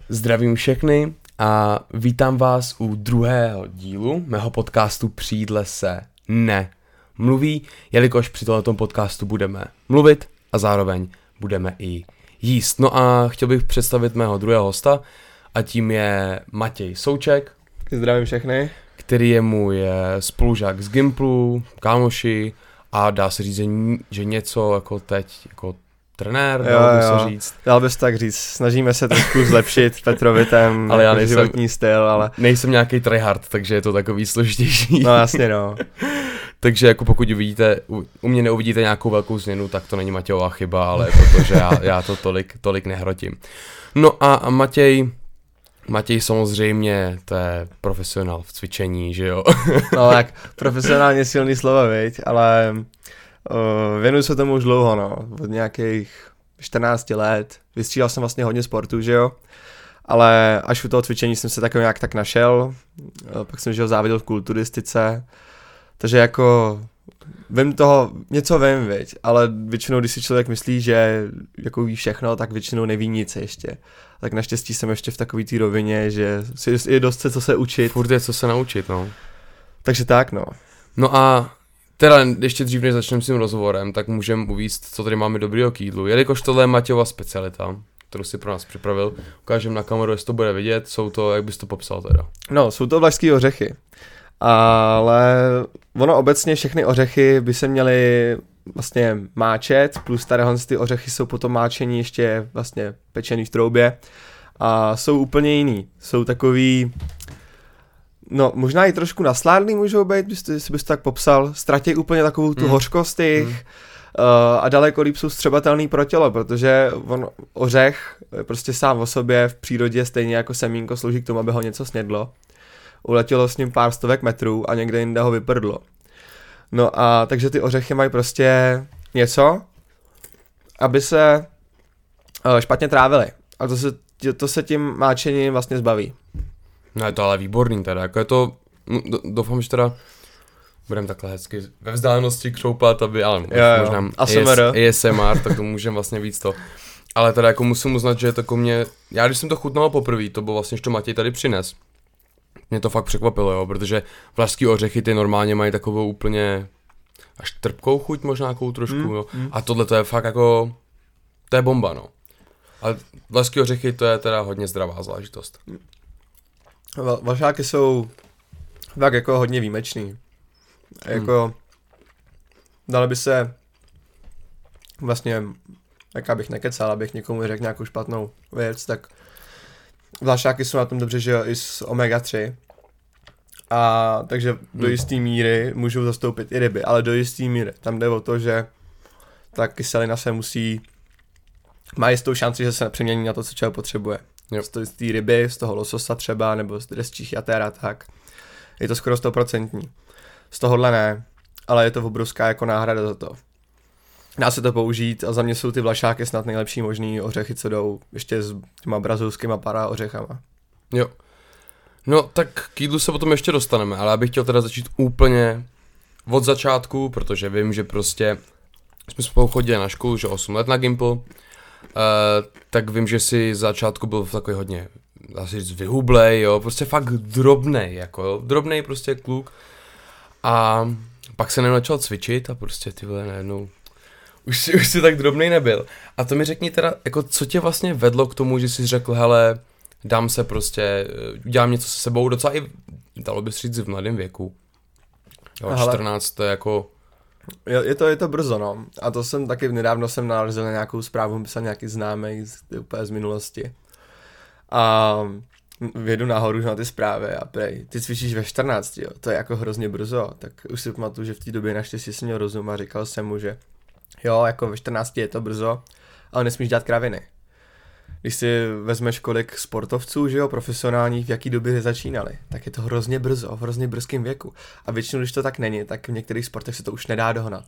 Zdravím všechny a vítám vás u druhého dílu mého podcastu Při jídle se nemluví, jelikož při tomto podcastu budeme mluvit a zároveň budeme i jíst. No a chtěl bych představit mého druhého hosta a tím je Matěj Souček. Zdravím všechny. Který je můj spolužák z Gimplu, kámoši a dá se říct, že něco jako teď, jako trenér, dalo by se říct. Dal bys tak říct, snažíme se trošku zlepšit Petrovitem ale já životní styl, ale... Nejsem nějaký tryhard, takže je to takový složitější. No jasně no. Takže jako pokud uvidíte, u mě neuvidíte nějakou velkou změnu, tak to není Matějova chyba, ale protože já to tolik nehrotím. No a Matěj samozřejmě, to je profesionál v cvičení, že jo? No tak, profesionálně silný slova, viď, ale věnuju se tomu už dlouho, no, od nějakých 14 let, vystřídal jsem vlastně hodně sportu, že jo, ale až u toho cvičení jsem se takový nějak tak našel, pak jsem, že ho záviděl v kulturistice, takže jako něco vím, viď, ale většinou, když si člověk myslí, že jako ví všechno, tak většinou neví nic ještě. Tak naštěstí jsem ještě v takový té rovině, že je dost co se učit. Furt je co se naučit, no. Takže tak, no. No a teda ještě dřív, než začneme s tím rozhovorem, tak můžeme uvíct, co tady máme dobrýho k jídlu. Jelikož tohle je Matějova specialita, kterou si pro nás připravil, ukážeme na kameru, jestli to bude vidět, jsou to, jak bys to popsal teda? No, jsou to vlašský ořechy. Ale ono obecně všechny ořechy by se měly vlastně máčet, plus tadyhle ty ořechy jsou potom máčení ještě vlastně pečený v troubě a jsou úplně jiný. Jsou takový, no možná i trošku nasládlý můžou být, jestli bys to tak popsal, ztratí úplně takovou tu hořkost jich a daleko líp jsou střebatelný pro tělo, protože ořech prostě sám o sobě v přírodě stejně jako semínko slouží k tomu, aby ho něco snědlo. Uletělo s ním pár stovek metrů a někde jinde ho vyprdlo. No a takže ty ořechy mají prostě něco, aby se špatně trávily. A to se tím máčením vlastně zbaví. No je to ale výborný teda, jako je to, doufám, že teda budeme takhle hezky ve vzdálenosti křoupat, aby, ale možná ASMR, tak to můžeme vlastně víc to. Ale teda jako musím uznat, že to mě, já když jsem to chutnal poprvé, to bylo vlastně, že to Matěj tady přines. Mě to fakt překvapilo, jo, protože vlašský ořechy ty normálně mají takovou úplně až trpkou chuť, možná takovou trošku, jo. A tohle to je fakt jako, to je bomba, no. Ale vlašský ořechy to je teda hodně zdravá záležitost. Vlašáky jsou tak jako hodně výjimečný. Jako, dali by se vlastně, jak abych nekecal, abych někomu řekl nějakou špatnou věc, tak vlašáky jsou na tom dobře, že jo, i s omega-3. A takže do jisté míry můžou zastoupit i ryby, ale do jisté míry. Tam jde o to, že ta kyselina má jistou šanci, že se přemění na to, co člověk potřebuje. Z té ryby, z toho lososa třeba, nebo z drezčích jater a tak. Je to skoro 100%. Z tohohle ne, ale je to obrovská jako náhrada za to. Dá se to použít a za mě jsou ty vlašáky snad nejlepší možný ořechy, co jdou ještě s těma brazilskýma para ořechama. Jo. No tak k jídlu se potom ještě dostaneme, ale já bych chtěl teda začít úplně od začátku, protože vím, že prostě jsme spolu chodili na školu, že 8 let na Gimpl, tak vím, že si z začátku byl takový hodně, dá se říct, vyhublej, jo, prostě fakt drobnej, jako jo, drobnej prostě kluk a pak se začal cvičit a prostě ty vole najednou už si tak drobnej nebyl. A to mi řekni teda, jako co tě vlastně vedlo k tomu, že jsi řekl, hele, dám se prostě, udělám něco se sebou, docela i, dalo by se říct, v mladém věku. Jo, 14, to je jako... Je to brzo, no. A to jsem taky nedávno narazil na nějakou zprávu, psal nějaký známý úplně z minulosti. A vědu nahoru na ty zprávy a prej, ty cvičíš ve 14, jo, to je jako hrozně brzo. Tak už si pamatuju, že v té době naštěstí jsem měl rozum a říkal jsem mu, že jo, jako ve 14 je to brzo, ale nesmíš dělat kraviny. Když si vezmeš kolik sportovců, že jo, profesionálních, v jaký době začínali, tak je to hrozně brzo, v hrozně brzkém věku. A většinou, když to tak není, tak v některých sportech se to už nedá dohnat.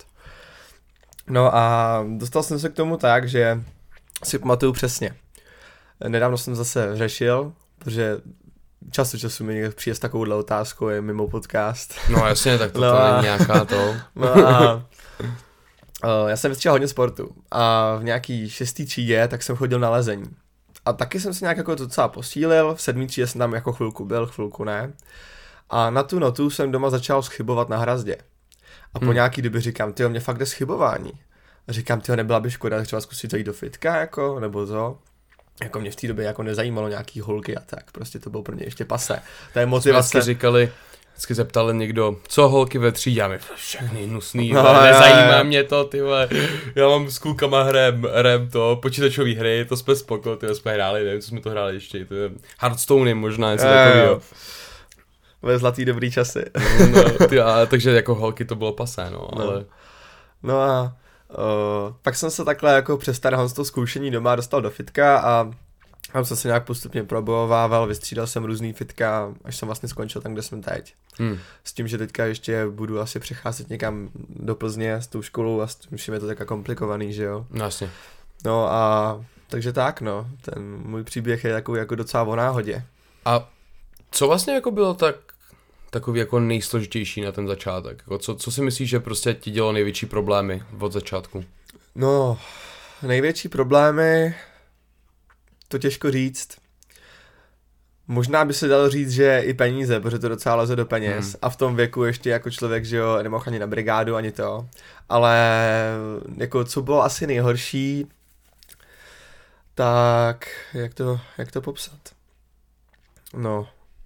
No a dostal jsem se k tomu tak, že si pamatuju přesně. Nedávno jsem zase řešil, protože času mi někdo přijde s takovouhle otázkou, je mimo podcast. No jasně, tak to není nějaká to. No a já jsem vystřídal hodně sportu a v nějaký 6. třídě tak jsem chodil na lezení. a taky jsem se nějak jako docela posílil, v 7. třídě jsem tam jako chvilku byl, chvilku ne. A na tu notu jsem doma začal schybovat na hrazdě. A po nějaký době říkám, tyjo, mě fakt jde schybování. A říkám, tyjo, nebyla by škoda třeba zkusit jít do fitka, jako, nebo to. Jako mě v té době jako nezajímalo nějaký holky a tak, prostě to bylo pro mě ještě pase. To je motivace. Vždycky se ptali někdo, co holky ve třídě, a my všechny hnusný, nezajímá mě to, ty vole, já mám s klukama hrem to, počítačový hry, to jsme spoko, ty jsme hráli, nevím, co jsme to hráli ještě, to je Hearthstone možná, něco takového. Ve zlatý dobrý časy. Takže jako holky to bylo pasé, ale... No a pak jsem se takhle jako přes tady to zkoušení doma dostal do fitka a tam jsem se nějak postupně probojovával, vystřídal jsem různý fitka, až jsem vlastně skončil tam, kde jsem teď. S tím, že teďka ještě budu asi přecházet někam do Plzně s tou školou a s tím je to tak komplikovaný, že jo. Jasně. No a takže tak no, ten můj příběh je jako docela o náhodě. A co vlastně jako bylo takový jako nejsložitější na ten začátek? Jako co si myslíš, že prostě ti dělalo největší problémy od začátku? No, největší problémy, to těžko říct. Možná by se dalo říct, že i peníze, protože to docela leze do peněz. A v tom věku ještě jako člověk, že jo, nemohl ani na brigádu, ani to. Ale jako co bylo asi nejhorší, tak jak to popsat? No,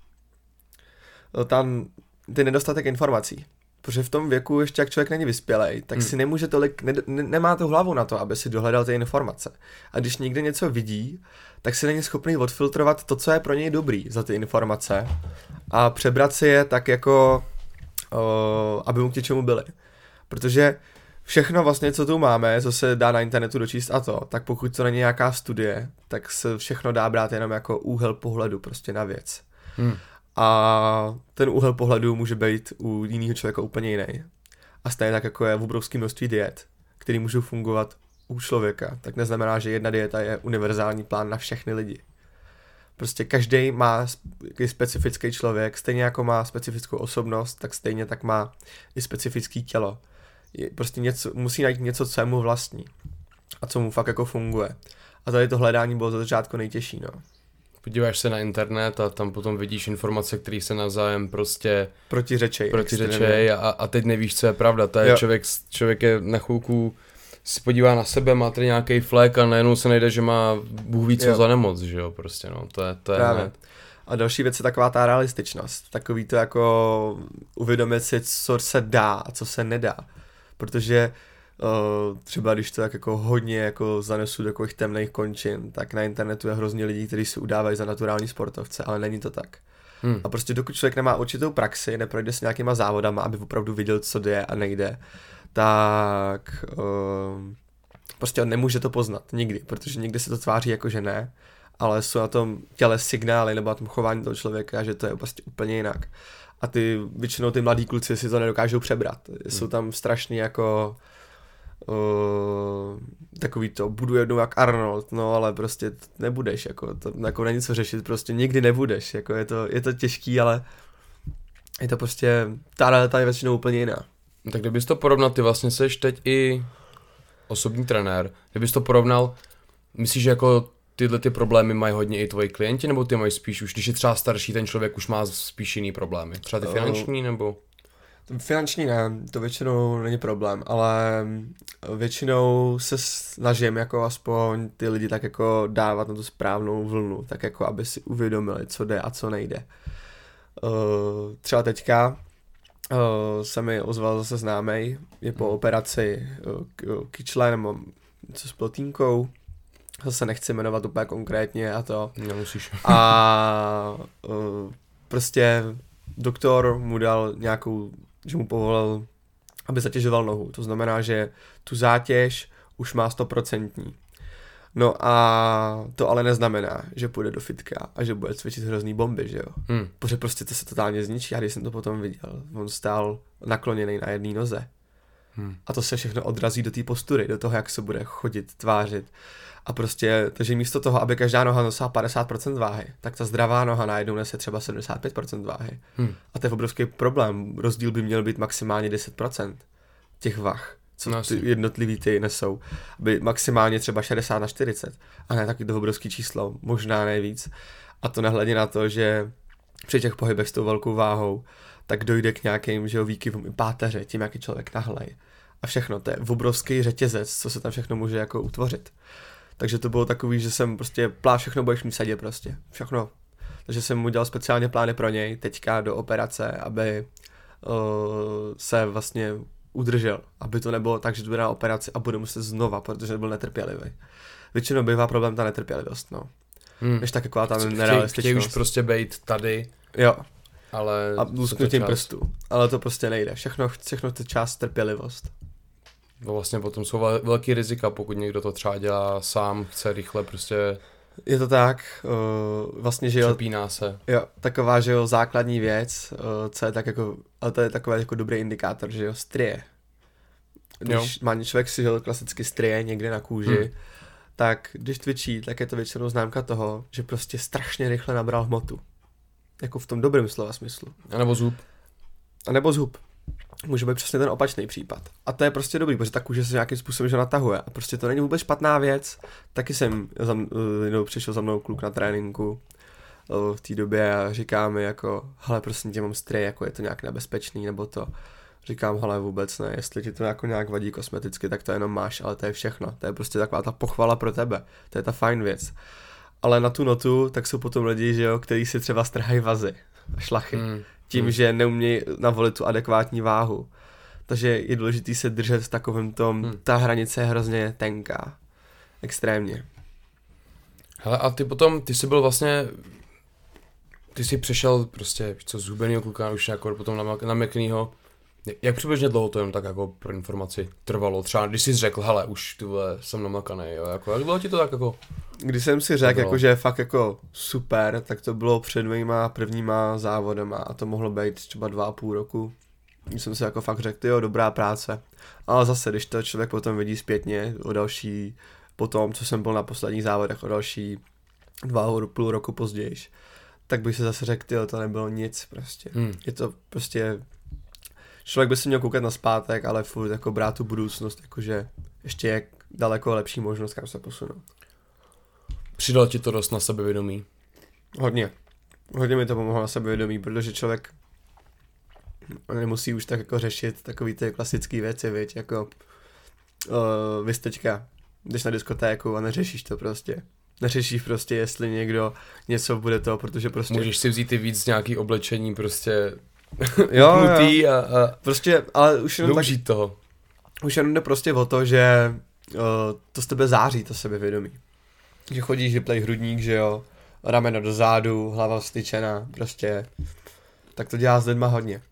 tam ty nedostatek informací. Protože v tom věku ještě jak člověk není vyspělej, tak si nemůže tolik, nemá tu hlavu na to, aby si dohledal ty informace. A když někde něco vidí, tak si není schopný odfiltrovat to, co je pro něj dobrý za ty informace a přebrat si je tak jako, aby mu k něčemu byly. Protože všechno vlastně, co tu máme, co se dá na internetu dočíst a to, tak pokud to není nějaká studie, tak se všechno dá brát jenom jako úhel pohledu prostě na věc. A ten úhel pohledu může být u jiného člověka úplně jiný. A stejně tak, jako je v obrovském množství diet, které můžou fungovat u člověka, tak neznamená, že jedna dieta je univerzální plán na všechny lidi. Prostě každý má specifický člověk, stejně jako má specifickou osobnost, tak stejně tak má i specifický tělo. Prostě musí najít něco, co je mu vlastní a co mu fakt jako funguje. A tady to hledání bylo za začátku nejtěžší, no. Podíváš se na internet a tam potom vidíš informace, které se navzájem prostě protiřečej a teď nevíš, co je pravda. To je člověk je na chvilku si podívá na sebe, má tady nějaký flek a najednou se najde, že má Bůh ví co za nemoc, že jo, prostě no, to je hned. A další věc je taková ta realističnost, takový to jako uvědomit si, co se dá a co se nedá, protože třeba když to tak jako hodně jako zanesu do takových temných končin, tak na internetu je hrozně lidí, kteří se udávají za naturální sportovce, ale není to tak. A prostě dokud člověk nemá určitou praxi, neprojde s nějakýma závodama, aby opravdu viděl, co jde a nejde, tak prostě on nemůže to poznat nikdy, protože někdy se to tváří jako, že ne, ale jsou na tom těle signály nebo na tom chování toho člověka, že to je prostě úplně jinak. A většinou ty mladí kluci si to nedokážou přebrat. Jsou tam strašně jako takový to, budu jednou jak Arnold, no ale prostě nebudeš, jako to jako není co řešit, prostě nikdy nebudeš, jako je to těžký, ale je to prostě, ta realita je většinou úplně jiná. Tak kdybys to porovnal, ty vlastně seš teď i osobní trenér, kdybys to porovnal, myslíš, že jako tyhle ty problémy mají hodně i tvoji klienti, nebo ty mají spíš už, když je třeba starší, ten člověk už má spíš jiný problémy, třeba ty finanční, nebo? Finanční ne, to většinou není problém, ale většinou se snažím jako aspoň ty lidi tak jako dávat na tu správnou vlnu, tak jako aby si uvědomili, co jde a co nejde. Třeba teďka se mi ozval zase známej, je po operaci kyčle nebo něco s plotínkou, zase nechci jmenovat úplně konkrétně a to. Nemusíš. A prostě doktor mu dal nějakou, že mu povolil, aby zatěžoval nohu. To znamená, že tu zátěž už má 100%. No a to ale neznamená, že půjde do fitka a že bude cvičit hrozný bomby, že jo. Protože prostě to se totálně zničí. A když jsem to potom viděl, on stál nakloněný na jedné noze. A to se všechno odrazí do té postury, do toho, jak se bude chodit, tvářit. A prostě, takže místo toho, aby každá noha nosila 50% váhy, tak ta zdravá noha najednou nese třeba 75% váhy. A to je obrovský problém. Rozdíl by měl být maximálně 10% těch vah, co No, ty jednotlivý ty nesou. Aby maximálně třeba 60/40 a ne taky to obrovský číslo, možná nejvíc. A to nehledě na to, že při těch pohybech s tou velkou váhou, tak dojde k nějakým, že jo, výkyvům i páteře, tím, jak je člověk nahlej. A všechno, to je obrovský řetězec, co se tam všechno může jako utvořit. Takže to bylo takový, že jsem prostě všechno budeš mít v sadě prostě, všechno. Takže jsem mu dělal speciálně plány pro něj, teďka do operace, aby se vlastně udržel, aby to nebylo tak, že jde na operaci a bude muset znova, protože byl netrpělivý. Většinou bývá problém ta netrpělivost, no. Než tak taková ta nerealističnost. Chtějí už prostě bejt tady. Jo. Ale a lusknutím prstů. Ale to prostě nejde. Všechno to část trpělivost. No vlastně potom jsou velký rizika, pokud někdo to třeba dělá sám, chce rychle prostě... Je to tak, vlastně, že jo... Přepíná se. Jo, taková, že jo, základní věc, co je tak jako... Ale to je takový jako dobrý indikátor, že jo, strie. Když má člověk si žil klasicky strie někde na kůži, tak když cvičí, tak je to většinou známka toho, že prostě strašně rychle nabral hmotu. Jako v tom dobrém slova smyslu. A nebo zhub. Může být přesně ten opačný případ. A to je prostě dobrý, protože ta kůže se nějakým způsobem že natahuje. A prostě to není vůbec špatná věc. Taky přišel za mnou kluk na tréninku v té době a říká mi jako, hele, prosím tě, mám stry, jako je to nějak nebezpečný, nebo to. Říkám, hele, vůbec ne, jestli ti to jako nějak vadí kosmeticky, tak to jenom máš, ale to je všechno. To je prostě taková ta pochvala pro tebe. To je ta fajn věc. Ale na tu notu, tak jsou potom lidi, že jo, kteří si třeba strhají vazy a šlachy. Tím, že neumějí navolit tu adekvátní váhu. Takže je důležité se držet v takovém tom, ta hranice je hrozně tenká. Extrémně. Hele, a ty jsi byl vlastně, ty jsi přešel prostě, z hubenýho kluka už jako potom na měkknýho. Jak přibližně dlouho to jen tak jako pro informaci trvalo? Třeba když jsi řekl, hele, už tyhle jsem namakanej, jo, jako jak bylo ti to tak jako? Když jsem si řekl, jako, že je fakt jako super, tak to bylo před mýma prvníma závodama a to mohlo být třeba 2,5 roku. Když jsem si jako fakt řekl, jo, dobrá práce. Ale zase, když to člověk potom vidí zpětně o další, potom, co jsem byl na posledních závodech, o další 2,5 roku později, tak bych si zase řekl, jo, to nebylo nic prostě. Je to prostě... Člověk by si měl koukat na zpátek, ale furt jako brát tu budoucnost, jakože ještě je daleko lepší možnost, kam se posunout. Přidal ti to dost na sebevědomí? Hodně. Hodně mi to pomohlo na sebevědomí, protože člověk nemusí už tak jako řešit takový ty klasické věci, viď, jako vy teďka jdeš na diskotéku a neřešíš to prostě. Neřešíš prostě, jestli někdo něco bude to, protože prostě... Můžeš si vzít i víc nějaký oblečení prostě... jo. A prostě, ale už jenom využít toho. Už jenom jde prostě o to, že to z tebe září, to sebevědomí. Že chodíš, vyplej hrudník, že jo, rameno do zádu, hlava vstyčená, prostě, tak to dělá s lidma hodně.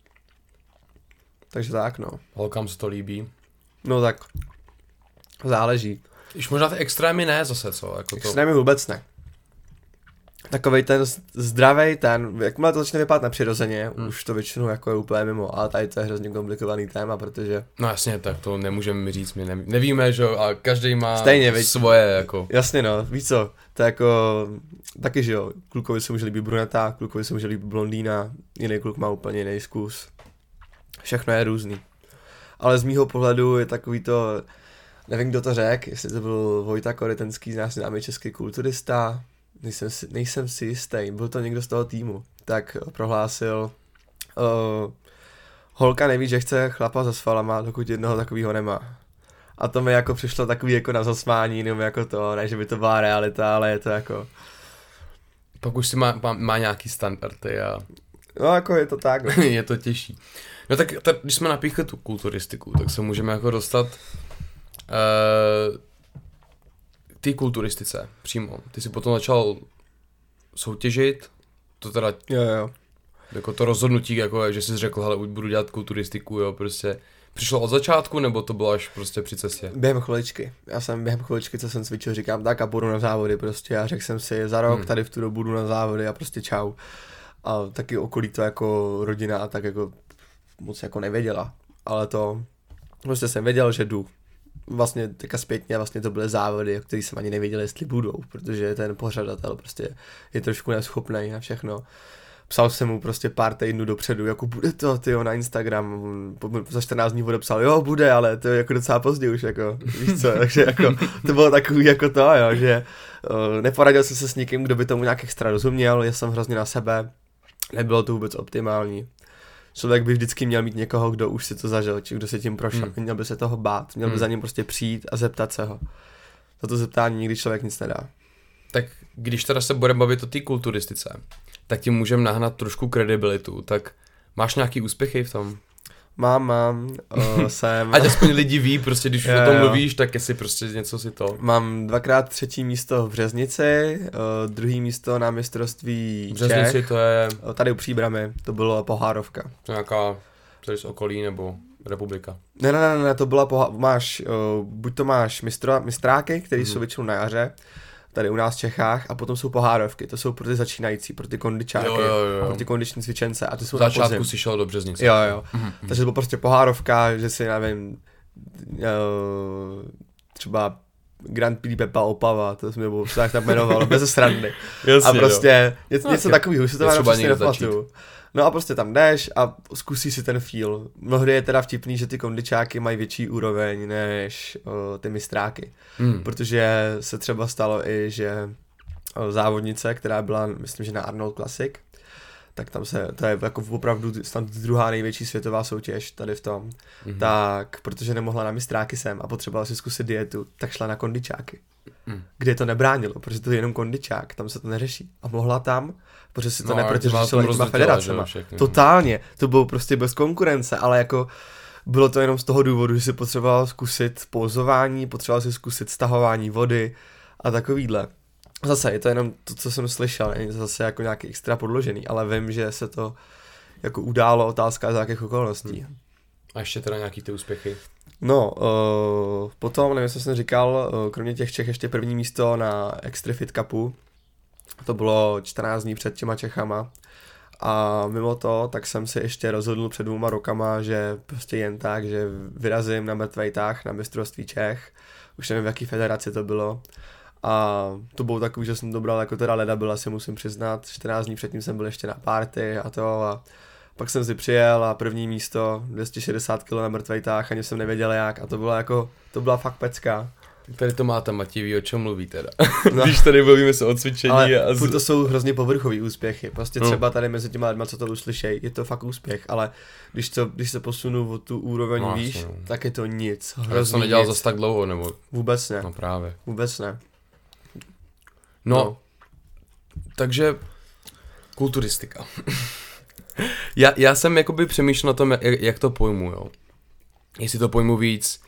Takže tak, no. Holkám se to líbí. No tak, záleží. Už možná ty extrémy ne zase, co? Jako extrémy vůbec ne. Takovej ten zdravej ten, jakmile to začne vypadat nepřirozeně, už to většinou jako je úplně mimo, ale tady to je hrozně komplikovaný téma, protože... No jasně, tak to nemůžeme mi říct, my nevíme, že jo, a každý má stejně, svoje, jako... Jasně no, víš co, to je jako, taky že jo, klukovi se může líbit bruneta, klukovi se může líbit blondýna, jiný kluk má úplně jiný zkus. Všechno je různý. Ale z mýho pohledu je takový to, nevím kdo to řekl, jestli to byl Vojta Korytenský, známý český kulturista, nejsem si jistý, byl to někdo z toho týmu, tak prohlásil, holka neví, že chce chlapa se svalama, dokud jednoho takového nemá. A to mi jako přišlo takový jako na zasmání, nebo jako to, ne, že by to byla realita, ale je to jako... Pak už si má nějaký standardy a... No jako je to tak. No. Je to těžší. No tak když jsme napíchli tu kulturistiku, tak se můžeme jako dostat ty kulturistice přímo. Ty si potom začal soutěžit, to teda jo. Jako to rozhodnutí, jako že jsi řekl, hele, už budu dělat kulturistiku, jo, prostě přišlo od začátku, nebo to bylo až prostě při cestě? Během chviličky. Já jsem během chviličky, co jsem cvičil, říkám tak a půjdu na závody prostě a řekl jsem si za rok tady v tu dobu budu na závody a prostě čau. A taky okolí to jako rodina a tak jako moc jako nevěděla, ale to prostě jsem věděl, že jdu. Vlastně teďka zpětně vlastně to byly závody, o kterých jsem ani nevěděl, jestli budou, protože ten pořadatel prostě je trošku neschopný na všechno. psal jsem mu prostě pár týdnů dopředu, jako bude to, tyjo, na Instagram, za 14 dní odepsal, jo, bude, ale to je jako docela pozdě už, jako, víš co, takže jako, to bylo takový jako to, jo, že neporadil jsem se s nikým, kdo by tomu nějak extra rozuměl, já jsem hrozně na sebe, nebylo to vůbec optimální. Člověk by vždycky měl mít někoho, kdo už si to zažil, či kdo se tím prošel, měl by se toho bát, měl by za ním prostě přijít a zeptat se ho. Za to zeptání nikdy člověk nic nedá. Tak když teda se budeme bavit o té kulturistice, tak ti můžeme nahnat trošku kredibilitu, tak máš nějaký úspěchy v tom? Mám, jsem... Ať aspoň lidi ví, prostě když už o tom mluvíš, tak jestli prostě něco si to... Mám 2x 3. místo v Březnici, 2. místo na mistrovství Březnici Čech. To je... Tady u Příbramy, to bylo pohárovka. To je nějaká, tady z okolí, nebo republika? Ne, to byla máš, buď to máš mistráky, které jsou většinou na jaře, tady u nás v Čechách, a potom jsou pohárovky, to jsou pro ty začínající, pro ty kondičáky, jo. a pro ty kondiční cvičence, a ty jsou v začátku na podzim. si šel do Březnice. Jo. Takže to bylo prostě pohárovka, že si, nevím, třeba Grand Prix Pepa Opava, to jsme nebo se tak tam jmenovalo, bez srandy. Jasně, a prostě něco takového, už se to má prostě nepamatuju. No a prostě tam jdeš a zkusíš si ten feel. Mnohdy je teda vtipný, že ty kondičáky mají větší úroveň než ty mistráky. Protože se třeba stalo i, že závodnice, která byla, myslím, že na Arnold Classic, tak tam to je jako opravdu druhá největší světová soutěž tady v tom. Tak, protože nemohla na mistráky sem a potřebovala si zkusit dietu, tak šla na kondičáky. Kde to nebránilo, protože to je jenom kondičák, tam se to neřeší. A mohla tam, protože si to neprotěžilo těma federacema. Totálně, to bylo prostě bez konkurence, ale jako bylo to jenom z toho důvodu, že si potřeboval zkusit pózování, potřeboval si zkusit stahování vody a takovýhle. Zase je to jenom to, co jsem slyšel, není to zase jako nějaký extra podložený, ale vím, že se to jako událo, otázka za jakých okolností. A ještě teda nějaký ty úspěchy? No, potom, nevím, co jsem říkal, kromě těch Čech ještě první místo na Extra Fit Cupu. To bylo 14 dní před těma Čechama. A mimo to, tak jsem si ještě rozhodl před 2 rokama, že prostě jen tak, že vyrazím na mrtvej tah na mistrovství Čech. Už nevím, v jaký federaci to bylo. A to bylo takový, že jsem to bral jako teda leda byla, si musím přiznat. 14 dní předtím jsem byl ještě na party a to a pak jsem si přijel a první místo, 260 kg na mrtvej tah, ani jsem nevěděl jak a to byla fakt pecka. Tady to máte, Matěj, ví, o čem mluví teda. No. Když tady bavíme se o cvičení. Ale to jsou hrozně povrchový úspěchy, prostě třeba tady mezi těma lidma, co to uslyšejí, je to fakt úspěch, ale když se posunu o tu úroveň výš, tak je to nic. Já jsem to nedělal zase tak dlouho, nebo? Vůbec ne. No právě. Vůbec ne. No. Takže kulturistika. já jsem jakoby přemýšlel na tom, jak to pojmu, jo. Jestli to pojmu víc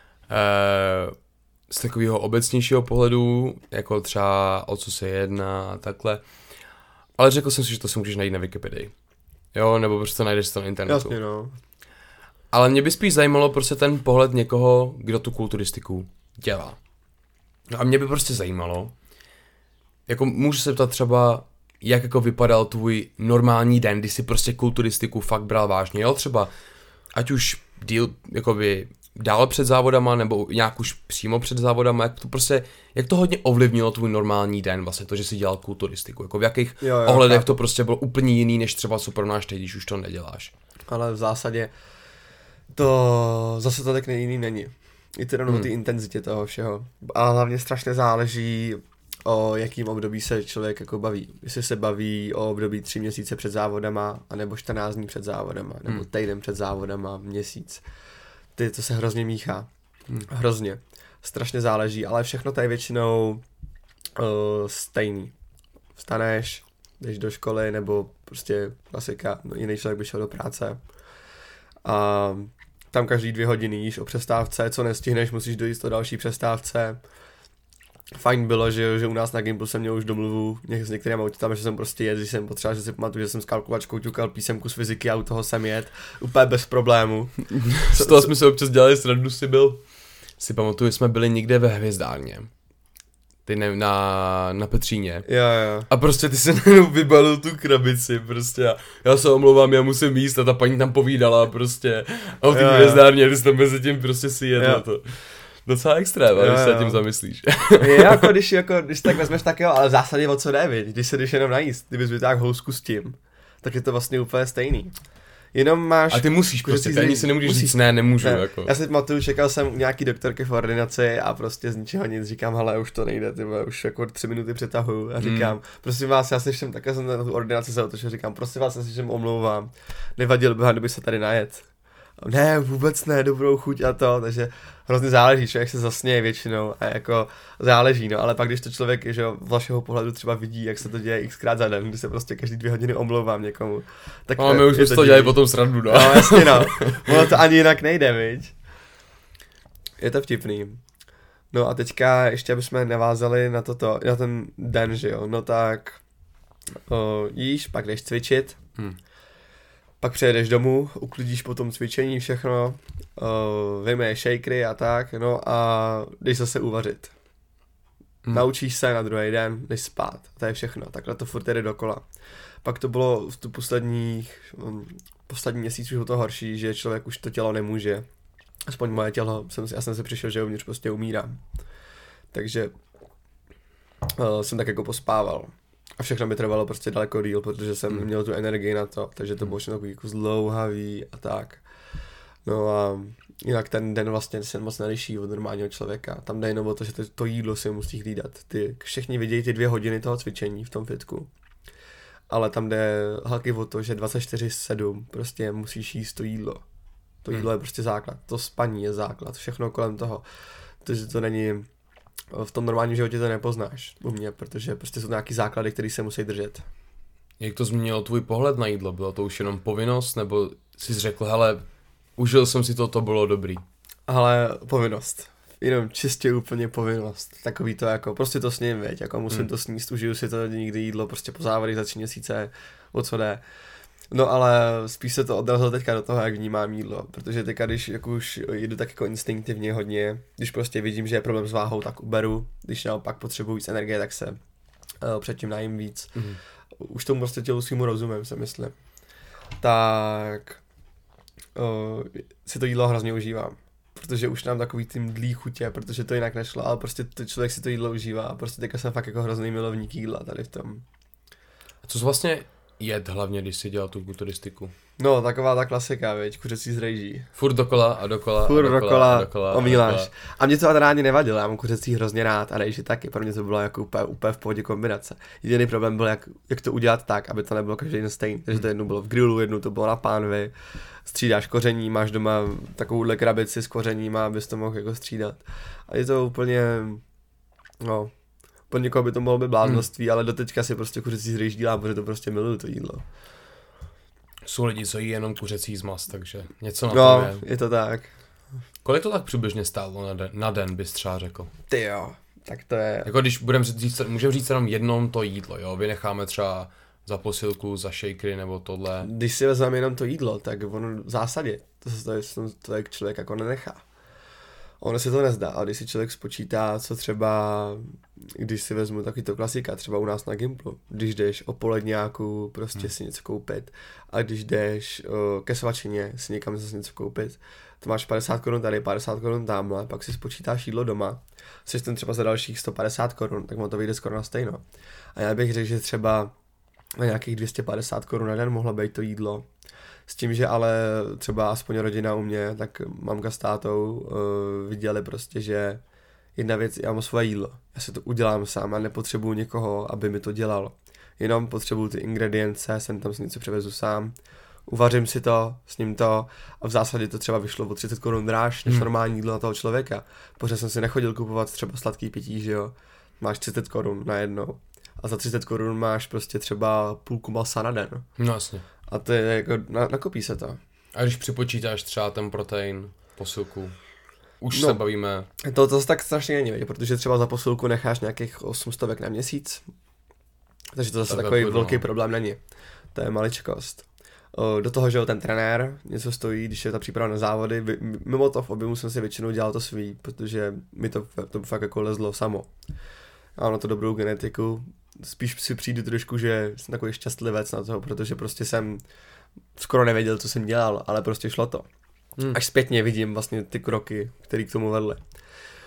z takového obecnějšího pohledu, jako třeba o co se jedná a takhle. Ale řekl jsem si, že to si můžeš najít na Wikipedii. Jo, nebo prostě najdeš to na internetu. Jasně, no. Ale mě by spíš zajímalo prostě ten pohled někoho, kdo tu kulturistiku dělá. No a mě by prostě zajímalo, jako můžu se ptat třeba, jak jako vypadal tvůj normální den, kdy jsi prostě kulturistiku fakt bral vážně, jo, třeba ať už díl, jakoby dál před závodama, nebo nějak už přímo před závodama, jak to hodně ovlivnilo tvůj normální den, vlastně to, že jsi dělal kulturistiku, jako v jakých ohledech to prostě bylo úplně jiný, než třeba co pro náš teď, když už to neděláš. Ale v zásadě to zase to tak jiný není. I to jenom o té intenzitě toho všeho. A hlavně strašně záleží, o jakým období se člověk jako baví. Jestli se baví o období 3 měsíce před závodama, anebo 14 dní před závodama, nebo týden před závodama, měsíc. To se hrozně míchá. Hrozně. Strašně záleží, ale všechno to je většinou stejný. Vstaneš, jdeš do školy, nebo prostě klasika, jiný člověk by šel do práce. A tam každý 2 hodiny jíš o přestávce, co nestihneš, musíš dojít o další přestávce. Fajn bylo, že u nás na Gimplu jsem měl už domluvu s některými autitami, že jsem prostě jet, když jsem potřeboval, že si pamatuju, že jsem s kalkulačkou ťukal písemku z fyziky a u toho jsem jet, úplně bez problému. Z toho jsme se občas dělali srandu, si pamatuju, jsme byli někde ve Hvězdárně. Ty na Petříně. Jo. A prostě ty se najednou vybalil tu krabici, prostě já se omlouvám, já musím jíst a ta paní tam povídala prostě a v té Hvězdárně, když tam mezi tím prostě si jedlo to. Docela extrém, když se tím zamyslíš. Je když tak vezmeš tak jo, ale v zásadě o co jde, když se jdeš jenom najíst, kdybys vytáhl housku s tím, tak je to vlastně úplně stejný. Jenom máš... A ty musíš prostě, ty si nemůžeš říct, ne, nemůžu, ne. jako. Já si pamatuju, čekal jsem u nějaký doktorky v ordinaci a prostě z ničeho nic říkám, hele, už to nejde, tyba, už jako 3 minuty přetahuju a říkám, prosím vás, já se všem takhle jsem na tu ordinaci se otočil, říkám, prosím vás, já se všem omlouvám, nevadil by, kdyby se tady najet. Ne, vůbec ne, dobrou chuť a to, takže hrozně záleží, člověk se zasněje většinou a jako záleží, no, ale pak když to člověk, že z vašeho pohledu třeba vidí, jak se to děje xkrát za den, kdy se prostě každý 2 hodiny omlouvám někomu, tak no, my už jsme to dělali potom srandu, no. No, jasně, no, ono to ani jinak nejde, viď? Je to vtipný. No a teďka ještě, abychom navázali na toto, na ten den, že jo, no tak jíš, pak jdeš cvičit, pak přejedeš domů, uklidíš po tom cvičení všechno, vymeješ shakery a tak, no a jdeš zase uvařit. Naučíš se na druhý den, jdeš spát, to je všechno, takhle to furt jde dokola. Pak to bylo v tu poslední měsíc už bylo to horší, že člověk už to tělo nemůže. Aspoň moje tělo, já jsem si přišel, že uvnitř prostě umírám. Takže jsem tak jako pospával. A všechno mi trvalo prostě daleko díl, protože jsem měl tu energii na to, takže to bylo všechno takový jako zdlouhavý a tak. No a jinak ten den vlastně se moc neliší od normálního člověka. Tam jde jenom o to, že to jídlo si musí hlídat. Ty všichni vidějí ty 2 hodiny toho cvičení v tom fitku. Ale tam jde hlavně o to, že 24/7 prostě musíš jíst to jídlo. To jídlo je prostě základ, to spaní je základ, všechno kolem toho. Takže to není, v tom normálním životě to nepoznáš u mě, protože prostě jsou nějaký základy, které se musí držet. Jak to změnilo tvůj pohled na jídlo? Bylo to už jenom povinnost, nebo jsi řekl, hele, užil jsem si to bylo dobrý? Ale povinnost. Jenom čistě úplně povinnost. Takový to jako, prostě to sním, věď, jako musím to sníst, užiju si to někdy jídlo, prostě po závodech za 3 měsíce, o co jde. No ale spíš se to odrazilo teďka do toho, jak vnímám jídlo, protože teďka, když jak už jdu tak jako instinktivně hodně, když prostě vidím, že je problém s váhou, tak uberu, když naopak potřebuji víc energie, tak se předtím najím víc. Už tomu prostě tělu svýmu rozumím, se myslím. Tak si to jídlo hrozně užívám, protože už nám takový ty mdlý chutě, protože to jinak nešlo, ale prostě člověk si to jídlo užívá a prostě teďka jsem fakt jako hrozný milovník jídla tady v tom. A co jsi vlastně jet hlavně, když jsi dělal tu kulturistiku? No, taková ta klasika, veď, kuřecí z rejží. Furt dokola a dokola. Furt dokola, omíláš. Dokola. A mě to ani nevadilo, já mám kuřecí hrozně rád a rejži taky, pro mě to bylo jako úplně v pohodě kombinace. Jediný problém byl, jak to udělat tak, aby to nebylo každý den stejný. Takže to jednou bylo v grilu, jednou to bylo na pánvi, střídáš koření, máš doma takovouhle krabici s kořením, abys to mohl jako střídat. A je to úplně, no, pod někoho by to mohlo být bláznoství, ale doteďka si prostě kuřecí z rejží dělám, protože to prostě miluju to jídlo. Jsou lidi, co jí jenom kuřecí zmaz, takže něco na no, tom je. Je to tak. Kolik to tak přibližně stálo na den, bys třeba řekl? Ty jo, tak to je... Jako když můžeme říct jenom jednom to jídlo, jo? Vynecháme třeba za posilku, za shakery nebo tohle. Když si vezmeme jenom to jídlo, tak ono v zásadě, to člověk jako nenechá. Ono se to nezdá, ale když si člověk spočítá, co třeba, když si vezmu takový to klasika, třeba u nás na Gimplu, když jdeš o poledňáku prostě si něco koupit a když jdeš ke svačině si někam zase něco koupit, to máš 50 korun tady, 50 korun tamhle, pak si spočítáš jídlo doma, seš ten třeba za dalších 150 korun, tak mu to vyjde skoro na stejno. A já bych řekl, že třeba na nějakých 250 korun na den mohlo být to jídlo. S tím, že ale třeba aspoň rodina u mě, tak mamka s tátou viděli prostě, že jedna věc, já mám svoje jídlo. Já si to udělám sám a nepotřebuju někoho, aby mi to dělal. Jenom potřebuju ty ingredience, jsem tam si něco převezu sám, uvařím si to, s ním to a v zásadě to třeba vyšlo o 30 korun dráž než normální jídlo na toho člověka. Protože jsem si nechodil kupovat třeba sladký pití, že jo. Máš 30 korun na jednou a za 30 korun máš prostě třeba půlku masa na den. No jasně. A to je jako, nakopí se to. A když připočítáš třeba ten protein, posilku, už se bavíme... To tak strašně není, protože třeba za posilku necháš nějakých 800 na měsíc, takže to zase takový velký problém není. To je maličkost. Do toho, že ten trenér něco stojí, když je ta příprava na závody, mimo to v objemu jsem si většinou dělal to svý, protože mi to fakt jako lezlo samo. Já mám na to dobrou genetiku, spíš si přijdu trošku, že jsem takový šťastlivec na toho, protože prostě jsem skoro nevěděl, co jsem dělal, ale prostě šlo to. Až zpětně vidím vlastně ty kroky, které k tomu vedly.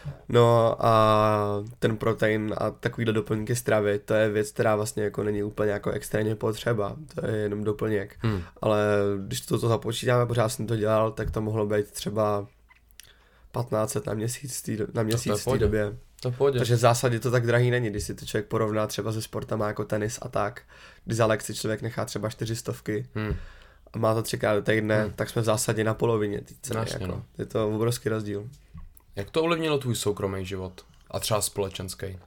No a ten protein a takovýhle doplňky stravy, to je věc, která vlastně jako není úplně jako extrémně potřeba, to je jenom doplněk. Ale když to započítáme, pořád jsem to dělal, tak to mohlo být třeba 1500 na měsíc v té době. Takže v zásadě to tak drahý není, když si to člověk porovná třeba se sportama jako tenis a tak, kdy za lekci člověk nechá třeba 400 a má to 3x do týdne, tak jsme v zásadě na polovině té ceny. Jako. No. Je to obrovský rozdíl. Jak to ovlivnilo tvůj soukromý život? A třeba společenský?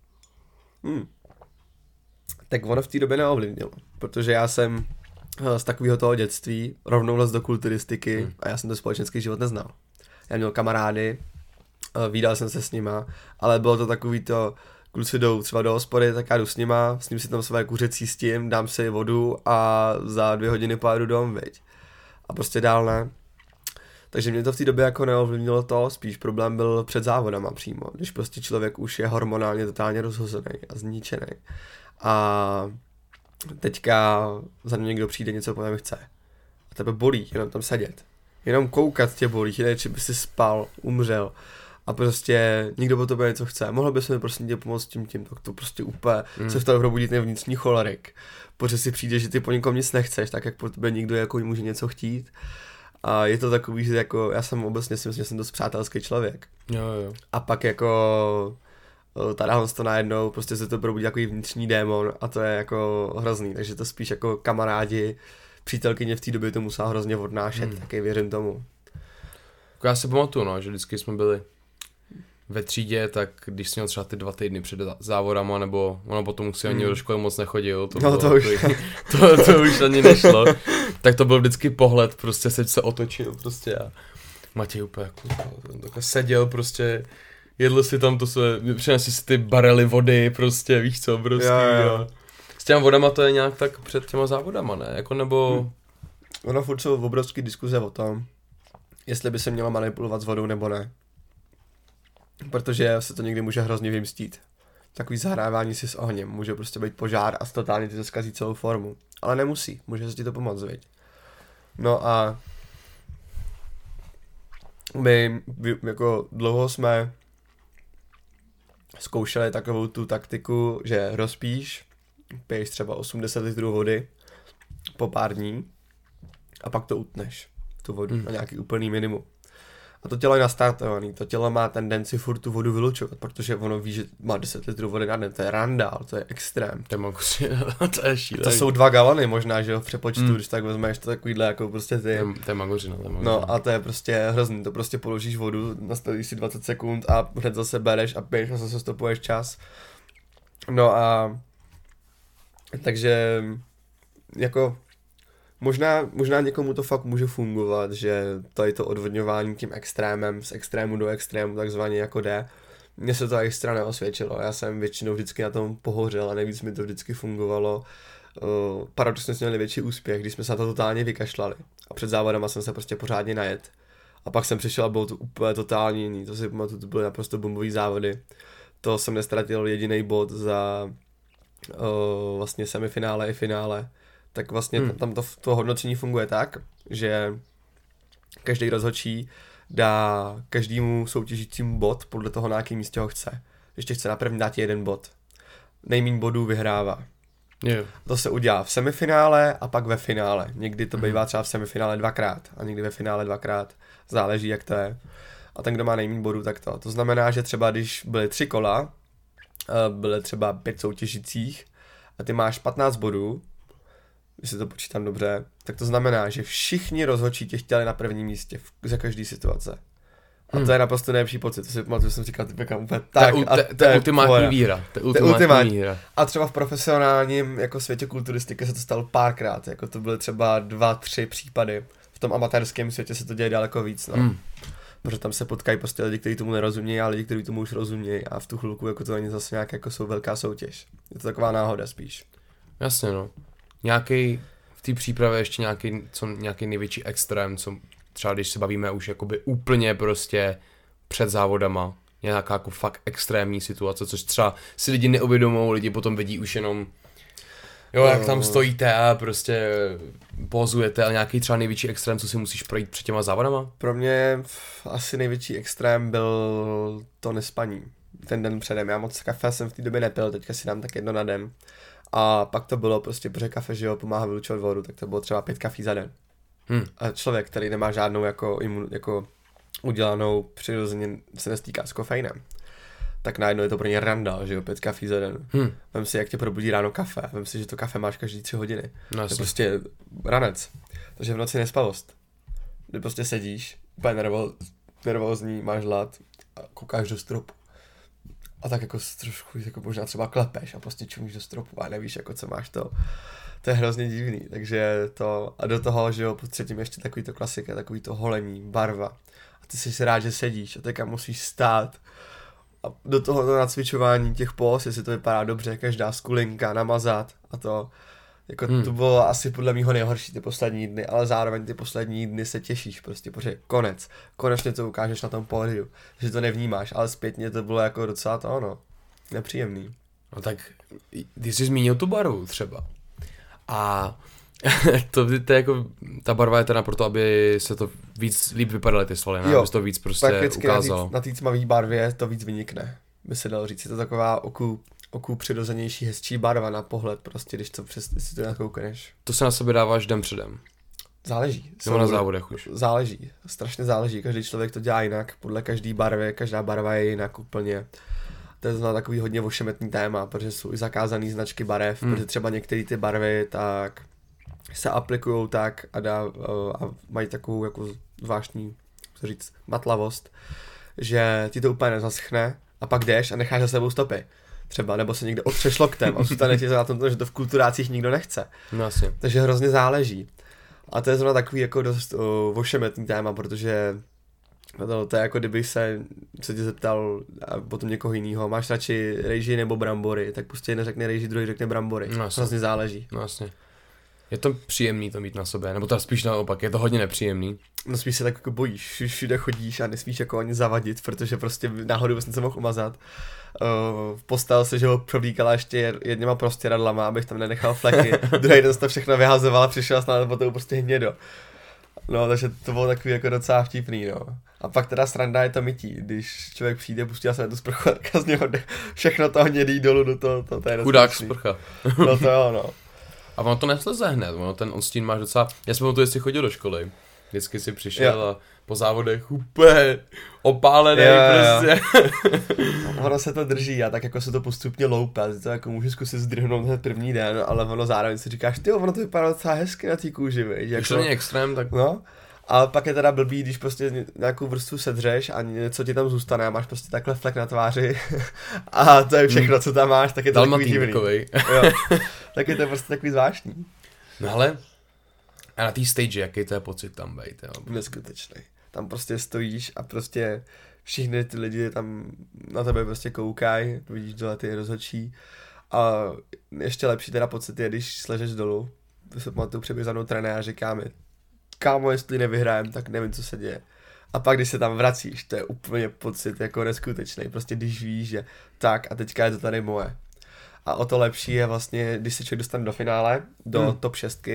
Tak ono v té době neovlivnilo, protože já jsem z takového toho dětství rovnou les do kulturistiky a já jsem ten společenský život neznal. Já měl kamarády, vídal jsem se s nima, ale bylo to takový to, kluci jdou třeba do hospody, tak já jdu s nima, s ním si tam své kuřecí s tím, dám si vodu a za 2 hodiny pojedu dom, viď. A prostě dál ne. Takže mě to v té době jako neovlivnilo to, spíš problém byl před závodama přímo, když prostě člověk už je hormonálně totálně rozhozený a zničený. A teďka za mnou někdo přijde, něco po něm chce. A tebe bolí jenom tam sedět. Jenom koukat tě bolí, či by si spal, umřel. A prostě nikdo po tobě něco chce. Mohl bys mi prostě tě pomoct tím, tak to prostě úplně se v tebe probudí ten vnitřní cholerik. Protože si přijde, že ty po někom nic nechceš, tak jak po tebe někdo jako může něco chtít. A je to takový, že jako já jsem obecně si myslím, že jsem dost přátelský člověk. Jo. A pak jako tadyhle to najednou, prostě se to probudí takový vnitřní démon a to je jako hrozný. Takže to spíš jako kamarádi, přítelkyně v té době to musela hrozně odnášet, taky věřím tomu. Já si pamatuju, no, že vždycky jsme byli ve třídě, tak když jsi měl třeba ty 2 týdny před závodama, nebo ono potom už si ani do školy moc nechodil, to už ani nešlo, tak to byl vždycky pohled, prostě se otočil prostě a Matěj úplně jako seděl prostě, jedl si tam to své, přinesli si ty barely vody, prostě víš co, prostě. Jo. S těma vodama to je nějak tak před těma závodama, ne? Jako nebo... Ono furt jsou obrovský diskuze o tom, jestli by se mělo manipulovat s vodou nebo ne. Protože se to někdy může hrozně vymstít. Takový zahrávání si s ohněm, může prostě být požár a totálně ti to zkazí celou formu. Ale nemusí, může se ti to pomoct, viď. No a my jako dlouho jsme zkoušeli takovou tu taktiku, že rozpíš, piješ třeba 80 litrů vody po pár dní a pak to utneš, tu vodu, na nějaký úplný minimum. A to tělo je nastartovaný, to tělo má tendenci furt tu vodu vylučovat, protože ono ví, že má 10 litrů vody na den, to je randál, to je extrém. To je šílený. To jsou 2 galony možná, že jo, v přepočtu, když tak vezmeš to takovýhle jako prostě ty. To je magořina. No a to je prostě hrozný, to prostě položíš vodu, nastavíš si 20 sekund a hned zase bereš a piješ a zase stopuješ čas. No a takže jako možná někomu to fakt může fungovat, že tady to odvodňování tím extrémem, z extrému do extrému takzvaně jako jde. Mně se to extra neosvědčilo, já jsem většinou vždycky na tom pohořel a nejvíc mi to vždycky fungovalo. Paradoxně jsme měli větší úspěch, když jsme se na to totálně vykašlali a před závodama jsem se prostě pořádně najet. A pak jsem přišel a bylo to úplně totálně jiný, to si pamatuju, to byly naprosto bombový závody. To jsem nestratil jediný bod za vlastně semifinále i finále. Tak vlastně tam to hodnocení funguje tak, že každý rozhodčí dá každému soutěžícímu bod podle toho, na jakém místě ho chce. Ještě chce na první dát 1 bod. Nejméně bodů vyhrává. Yeah. To se udělá v semifinále a pak ve finále. Někdy to bývá třeba v semifinále 2x a někdy ve finále 2x. Záleží, jak to je. A ten, kdo má nejméně bodů, tak to. To znamená, že třeba když byly 3 kola, byly třeba 5 soutěžících a ty máš 15 bodů, když si to počítám dobře, tak to znamená, že všichni rozhodčí tě chtěli na prvním místě za každý situace. A to je naprosto nejlepší pocit, to si pamatuju, jsem říkal, ty pekám úplně tak. To je ultimátní výhra. To je ultimátní výhra. A třeba v profesionálním jako světě kulturistiky se to stalo párkrát, jako to byly třeba 2-3 případy. V tom amatérském světě se to děje daleko víc, no. Protože tam se potkají prostě lidi, kteří tomu nerozumějí a lidi, kteří tomu už rozumějí a v tu chvilku jako to není zase nějak jako jsou velká soutěž. Je to taková náhoda spíš. Jasně, no. Nějaký v té přípravě ještě nějaký největší extrém, co třeba když se bavíme už jakoby úplně prostě před závodama, nějaká jako fakt extrémní situace, což třeba si lidi neuvědomují, lidi potom vidí už jenom, jo, jak tam stojíte a prostě pózujete, ale nějaký třeba největší extrém, co si musíš projít před těma závodama? Pro mě asi největší extrém byl to nespaní. Ten den předem. Já moc kafe jsem v té době nepil, teďka si dám tak jedno na den. A pak to bylo prostě, protože kafe, že jo, pomáhá vylučovat vodu, tak to bylo třeba 5 kafí za den. A člověk, který nemá žádnou jako udělanou, přirozeně se nestýká s kofeinem, tak najednou je to pro ně randál, že jo, 5 kafí za den. Vem si, jak tě probudí ráno kafe, vem si, že to kafe máš každý 3 hodiny. No, to je prostě ranec. Takže v noci nespavost. Kdy prostě sedíš, úplně nervózní, máš hlad a koukáš do stropu. A tak jako trošku jako možná třeba klepeš a prostě čumíš do stropu a nevíš, jako co máš to. To je hrozně divný, takže to, a do toho, že jo, po třetím ještě takový to klasika, takový to holení, barva. A ty jsi rád, že sedíš a teďka musíš stát. A do toho nacvičování těch póz, jestli to vypadá dobře, každá skulinka, namazat a to, jako to bylo asi podle mýho nejhorší ty poslední dny, ale zároveň ty poslední dny se těšíš prostě, protože konečně to ukážeš na tom pódiu, že to nevnímáš, ale zpětně to bylo jako docela to ono, nepříjemný. No tak, ty jsi zmínil tu barvu třeba. A to je jako, ta barva je teda proto, aby se to víc líp vypadaly ty svaly, ne? Aby se to víc prostě ukázalo. Na té tmavý barvě to víc vynikne, by se dalo říct. Je to taková oku přirozenější, hezčí barva na pohled prostě, když si to nakoukneš. To se na sebe dáváš den předem. Záleží. Nebo na závodech už. Záleží, strašně záleží. Každý člověk to dělá jinak, podle každé barvy, každá barva je jinak úplně. To je takový hodně ošemetný téma, protože jsou i zakázané značky barev, protože třeba některé ty barvy tak se aplikujou tak a mají takovou jako zvláštní, co říct, matlavost, že ti to úplně nezaschne a pak jdeš a necháš za sebou stopy. Třeba, nebo se někde otřeš loktem a zůstane ti na tom, že to v kulturácích nikdo nechce. No, asi. Takže hrozně záleží. A to je zrovna takový jako dost ošemetný téma, protože to je jako kdybych se tě zeptal a potom někoho jiného, máš radši rejži nebo brambory, tak prostě jeden řekne rejži, druhý řekne brambory. No, hrozně záleží. No jasně. Je to příjemný to mít na sobě, nebo to spíš naopak, je to hodně nepříjemný. No spíš se tak jako bojíš, všude chodíš a nesmíš jako ani zavadit, protože prostě náhodou bys něco mohl umazat. V postel se, že ho provlíkala ještě jedněma prostěradlama, abych tam nenechal fleky. Druhý den to všechno vyhazoval a přišel s námi potom prostě hnědo. No, takže to bylo takový jako docela vtipný, no. A pak teda sranda je to mytí, když člověk přijde, pustí se na tu sprchu a z něho všechno to hnědý dolů do toho, to je chudák sprcha. No to jo, no. A ono to nesleze hned, ten odstín máš docela, já jsem to jestli chodil do školy, vždycky si přišel a po závodech úplně opálený prostě. Ono se to drží a tak jako se to postupně loupá, to jako můžu zkusit zdrhnout hned první den, ale ono zároveň si říkáš, tyjo, ono to vypadá docela hezky na té kůži, viď? Když to není extrém, tak... No, a pak je teda blbý, když prostě nějakou vrstvu sedřeš a něco ti tam zůstane a máš prostě takhle flek na tváři a to je všechno, co tam máš, tak je to takový divný. Jo, tak je to prostě takový zvláštní. No ale, a na té stage, jaký to je pocit tam být, jo? Neskutečný. Tam prostě stojíš a prostě všichni ty lidi tam na tebe prostě koukají, vidíš dole ty rozhodčí a ještě lepší teda pocit je, když sležeš dolů, to se pamatuju přeběh za mnou trenér a říká mi, kámo, jestli nevyhrajem, tak nevím, co se děje. A pak, když se tam vracíš, to je úplně pocit jako neskutečný, prostě když víš, že tak a teďka je to tady moje. A o to lepší je vlastně, když se člověk dostane do finále, do top 6,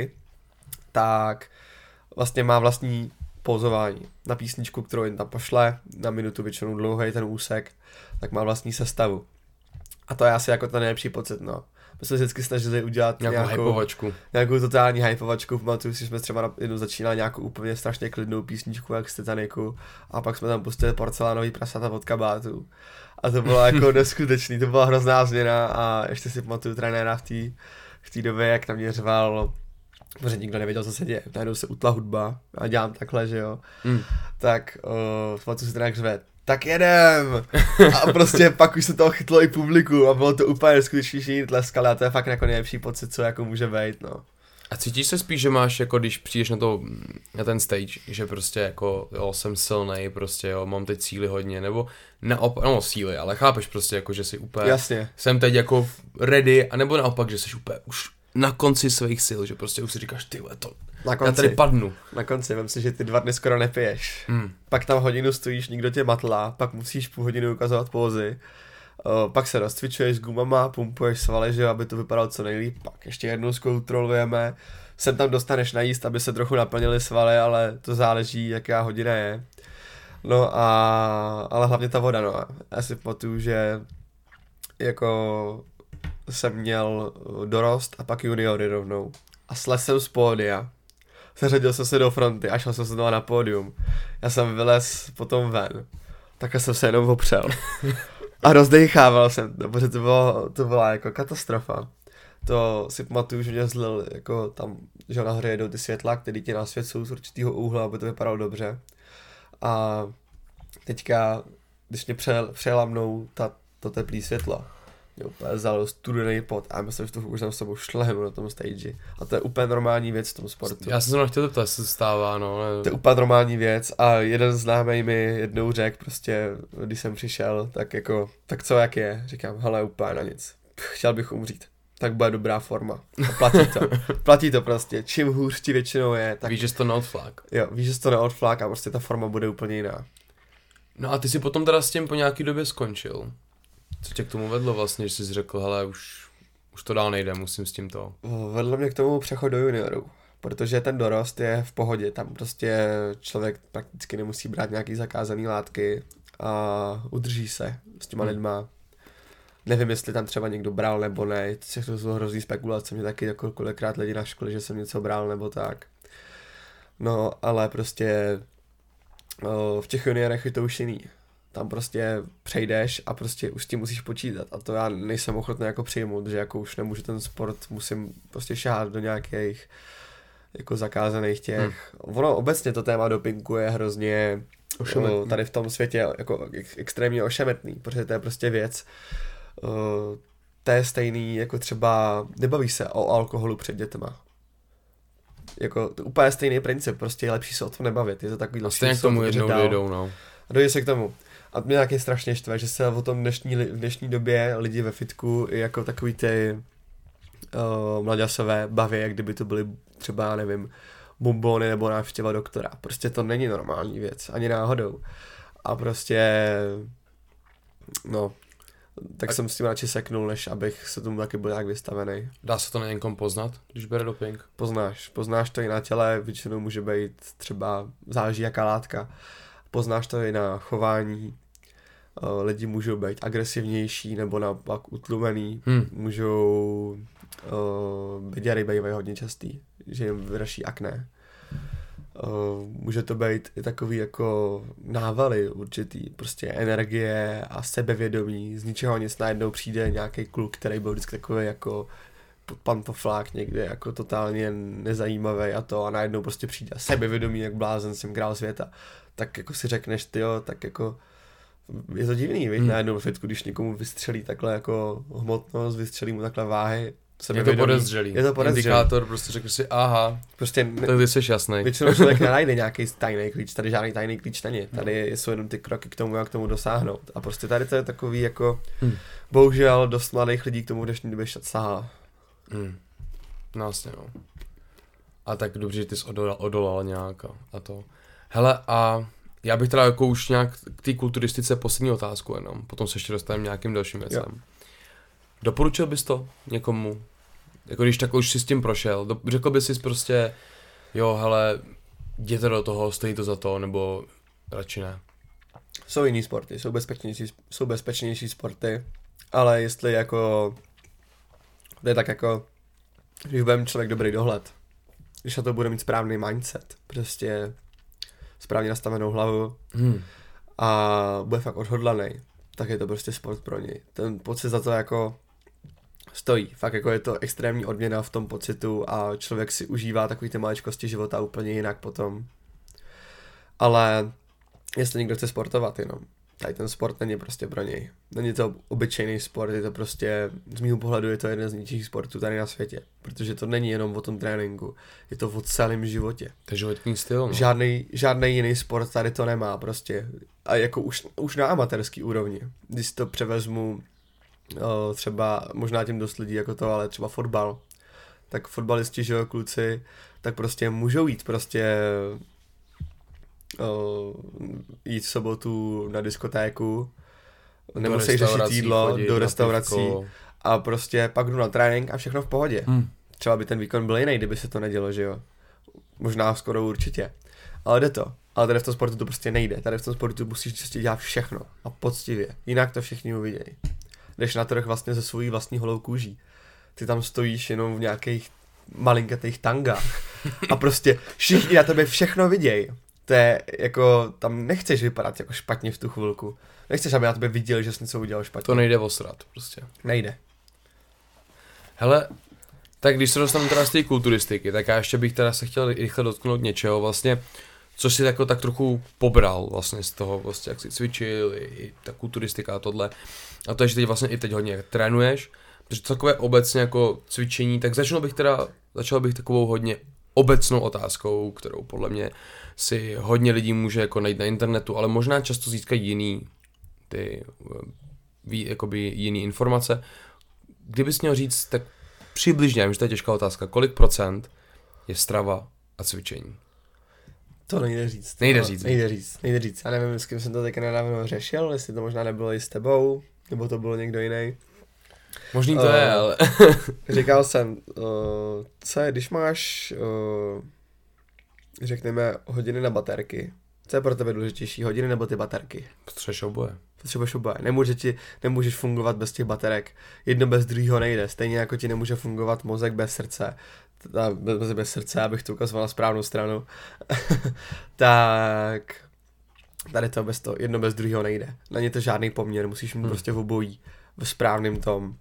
tak vlastně má vlastní pózování na písničku, kterou jen tam pošle, na minutu většinou dlouhý ten úsek, tak má vlastní sestavu. A to je asi jako ten nejlepší pocit, no. My jsme vždycky snažili udělat nějakou totální hypovačku. Pamatuju si, že jsme třeba jednou začínali nějakou úplně strašně klidnou písničku, jak z Titaniku, a pak jsme tam pustili porcelánový prasata od kabátu. A to bylo jako neskutečný, to byla hrozná změna a ještě si pamatuju trenéra v té době, jak na mě řval, protože nikdo nevěděl, co se děje. Najednou se utla hudba a dělám takhle, že jo. Tak pamatuju si trenér řve, tak jedem! A prostě pak už se toho chytlo i publiku a bylo to úplně neskutečný, že tleskali a to je fakt jako nejlepší pocit, co jako může být, no. A cítíš se spíš, že máš jako, když přijdeš na ten stage, že prostě jako, jo, jsem silnej, prostě jo, mám teď síly hodně, nebo naopak, no síly, ale chápeš prostě jako, že jsi úplně, jasně, jsem teď jako ready, anebo naopak, že jsi úplně už na konci svých sil, že prostě už si říkáš, tyhle to, já tady padnu. Na konci, vem si, že ty 2 dny skoro nepiješ. Pak tam hodinu stojíš, nikdo tě matlá, pak musíš půl hodiny ukazovat pózy Pak se rozcvičuješ s gumama, pumpuješ svaly, že jo, aby to vypadalo co nejlíp, pak ještě jednou zkontrolujeme, sem tam dostaneš najíst, aby se trochu naplnily svaly, ale to záleží, jaká hodina je. No ale hlavně ta voda, no. Já si pamatuju, že jako jsem měl dorost a pak juniory rovnou. A slez jsem z pódia. Zařadil jsem se do fronty a šel jsem se znova na pódium. Já jsem vylez potom ven. Takhle jsem se jenom opřel. A rozdechával jsem to, protože to byla jako katastrofa. To si pamatuju, že mě zlil, jako tam, že nahoře jedou ty světla, který ti nasvěcují z určitého úhlu, aby to vypadalo dobře. A teďka, když mě přejela mnou to teplý světlo, mě úplně vzal studený pot a myslím, že to už jsem s sebou šlehnu na tom stage. A to je úplně normální věc v tom sportu. Já jsem se chtěl zeptat, jestli se stává, no. Ne. To je úplně normální věc a jeden známej mi jednou řekl prostě, když jsem přišel, tak jako, tak co jak je? Říkám, hele, úplně na nic. Chtěl bych umřít. Tak bude dobrá forma. A platí to. Platí to prostě. Čím hůř ti většinou je, tak... Víš, že jsi to neodflák. Jo, víš, že jsi to neodflák a prostě ta forma bude úplně jiná. No a ty si potom teda s tím po nějaký době skončil. Co tě k tomu vedlo vlastně, že jsi řekl, hele, už to dál nejde, musím s tím to. Vedlo mě k tomu přechod do juniorů, protože ten dorost je v pohodě, tam prostě člověk prakticky nemusí brát nějaký zakázaný látky a udrží se s těma lidma. Nevím, jestli tam třeba někdo bral nebo ne, to jsou hrozný spekulace, mě taky jako kolikrát lidi na škole, že jsem něco bral nebo tak. No, ale prostě v těch juniorech je to už jiný. Tam prostě přejdeš a prostě už s tím musíš počítat a to já nejsem ochotný jako přijmout, že jako už nemůžu ten sport, musím prostě šáhat do nějakých jako zakázaných těch. Ono obecně to téma dopingu je hrozně tady v tom světě jako extrémně ošemetný, protože to je prostě věc, to je stejný jako třeba, nebaví se o alkoholu před dětma. Jako to úplně stejný princip, prostě je lepší se o tom nebavit, je to takový lepší. Stejně k tomu jednou dojdou, no. A dojde se k tomu. A mě taky strašně štve, že se o tom v dnešní době lidi ve fitku jako takový ty mlaďasové baví, jak kdyby to byly třeba, nevím, bombony nebo návštěva doktora. Prostě to není normální věc, ani náhodou. A prostě, no, tak jsem s tím radši seknul, než abych se tomu taky byl nějak vystavený. Dá se to na někom poznat, když bere doping? Poznáš to i na těle, většinou může být třeba, záleží jaká látka. Poznáš to i na chování, lidi můžou být agresivnější nebo naopak utlumený, můžou, beďary bývají hodně častý, že jim vyraší akné. Může to být i takový jako návaly určitý, prostě energie a sebevědomí, z ničeho nic najednou přijde nějaký kluk, který byl vždycky takový jako pantoflák někde, jako totálně nezajímavý a najednou prostě přijde sebevědomí jak blázen, jsem král světa. Tak jako si řekneš, tyjo, tak jako je to divný, víš, najednou v fitku, když někomu vystřelí takhle jako hmotnost, vystřelí mu takhle váhy, je to podezřelý. Indikátor, prostě řekl si, aha, prostě tak ty jsi jasnej. Většinou člověk nenajde nějaký tajný klíč, tady žádný tajný klíč není, tady jsou jenom ty kroky k tomu, jak k tomu dosáhnout. A prostě tady to je takový jako, bohužel dost mladých lidí k tomu v dnešní době sahá. No jasně, no. A tak dobře, že ty jsi odolal nějak a to. Hele, a já bych teda jako už nějak k té kulturistice poslední otázku jenom, potom se ještě dostaneme nějakým dalším věcem. Jo. Doporučil bys to někomu? Jako když tak už si s tím prošel, řekl bys si prostě, jo, hele, jděte do toho, stojí to za to, nebo radši ne? Jsou jiný sporty, jsou bezpečnější sporty, ale jestli jako, to je tak jako, když bude mít člověk dobrý dohled, když na to bude mít správný mindset, prostě správně nastavenou hlavu a bude fakt odhodlaný, tak je to prostě sport pro něj. Ten pocit za to jako stojí. Fakt jako je to extrémní odměna v tom pocitu a člověk si užívá takový ty maličkosti života úplně jinak potom. Ale jestli někdo chce sportovat jenom, tady ten sport není prostě pro něj. Není to obyčejný sport, je to prostě, z mýho pohledu je to jeden z nejtěžších sportů tady na světě. Protože to není jenom o tom tréninku, je to o celém životě. To je životní styl, no. Žádný jiný sport tady to nemá prostě. A jako už na amatérský úrovni. Když to převezmu třeba, možná tím dost lidí jako to, ale třeba fotbal. Tak fotbalisti, že jo, kluci, tak prostě můžou jít prostě jít v sobotu na diskotéku nemusí řešit jídlo, do restaurací a prostě pak jdu na trénink a všechno v pohodě. Třeba by ten výkon byl jiný, kdyby se to nedělo, že jo. Možná skoro určitě. Ale jde to. Ale tady v tom sportu to prostě nejde. Tady v tom sportu musíš prostě dělat všechno a poctivě. Jinak to všichni uvidějí. Jdeš na trh vlastně ze svojí vlastní holou kůží. Ty tam stojíš jenom v nějakých malinkatých tangách a prostě všichni na tebe všechno vidějí. To je jako, tam nechceš vypadat jako špatně v tu chvilku. Nechceš, aby na tebe viděli, že jsi něco udělal špatně. To nejde osrat prostě. Nejde. Hele, tak když se dostanu teda z té kulturistiky, tak já ještě bych teda se chtěl rychle dotknout něčeho vlastně, co si jako tak trochu pobral vlastně z toho, vlastně jak si cvičil, i ta kulturistika a tohle. A to je, že teď vlastně i teď hodně trénuješ, protože takové obecně jako cvičení, tak začal bych takovou hodně obecnou otázkou, kterou podle mě si hodně lidí může jako najít na internetu, ale možná často získají jiný informace. Kdybys měl říct, tak přibližně, že to je těžká otázka, kolik procent je strava a cvičení? To nejde říct. Nejde říct. Já nevím, s kým jsem to teďka nedávno řešil, jestli to možná nebylo i s tebou, nebo to bylo někdo jiný. Možný to je, ale... Říkal jsem, co je, když máš, řekněme, hodiny na baterky, co je pro tebe důležitější, hodiny nebo ty baterky? Potřebuješ oboje. Nemůžeš fungovat bez těch baterek. Jedno bez druhého nejde, stejně jako ti nemůže fungovat mozek bez srdce. Bez srdce, abych to ukazoval na správnou stranu. Tak tady to jedno bez druhého nejde. Není to žádný poměr, musíš mít prostě v obojí, v správném tom.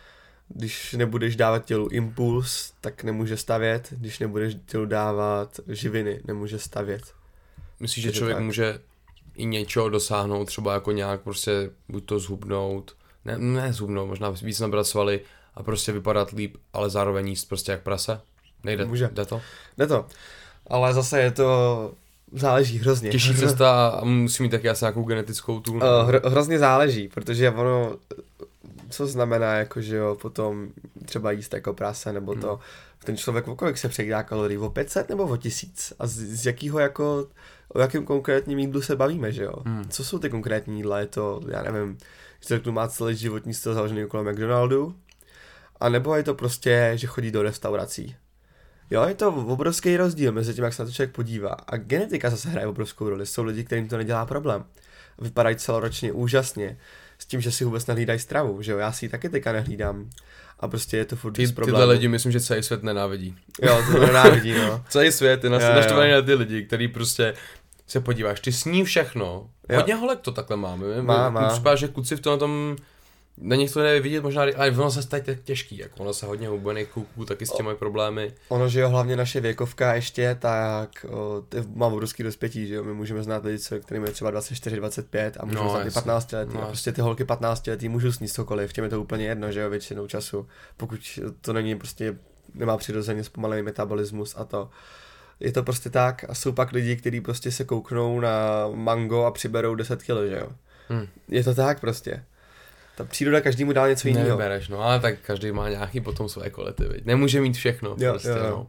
Když nebudeš dávat tělu impuls, tak nemůže stavět. Když nebudeš tělu dávat živiny, nemůže stavět. Myslíš, že člověk může i něčeho dosáhnout, třeba jako nějak prostě buď to zhubnout, ne zhubnout, možná víc nabrat svaly a prostě vypadat líp, ale zároveň jíst prostě jak prase? Nejde? Může. Jde to? Jde to. Ale zase záleží hrozně. Těžší cesta a musí mít taky asi nějakou genetickou tu. Hrozně záleží, protože ono, co znamená, jako že jo, potom třeba jíst jako prase, nebo to, ten člověk o kolik se předá kalorií, o 500 nebo o 1000? A z jakého jako, o jakém konkrétním jídlu se bavíme, že jo? Co jsou ty konkrétní jídla? Je to, já nevím, že řeknu, má celý životní styl založený okolo McDonaldu? A nebo je to prostě, že chodí do restaurací? Jo, je to obrovský rozdíl mezi tím, jak se na to člověk podívá. A genetika zase hraje obrovskou roli. Jsou lidi, kterým to nedělá problém. Vypadají celoročně úžasně. S tím, že si vůbec nehlídají stravu, že jo? Já si ji taky teďka nehlídám. A prostě je to furt bez problémů. Tyhle lidi, myslím, že celý svět nenávidí. Jo, to nenávidí, no. Celý svět je naštvaný na ty lidi, který prostě se podíváš, ty sní všechno. Jo. Hodně holek to takhle máme. Má. Připadá, že kluci v tom na nich to nejde vidět možná, ale ono se stane těžký, jako ono se hodně hubených kluků taky s těmi mají problémy. Ono, že jo, hlavně naše věkovka ještě, tak mám obrovský rozpětí, že jo, my můžeme znát lidi, kterým je třeba 24, 25 a můžeme znát i 15 letý. No. A prostě ty holky 15 letý můžou sníst cokoliv, těm je to úplně jedno, že jo, většinou času, pokud to není prostě, nemá přirozeně zpomalený metabolismus a to. Je to prostě tak a jsou pak lidi, kteří prostě se kouknou na mango a přiberou 10 kg, že jo. Je to tak prostě. Ta příroda každému dá něco jiného. Nevybereš, no, ale tak každý má nějaký potom své kvality, viď? Nemůže mít všechno, jo, prostě, jo. No.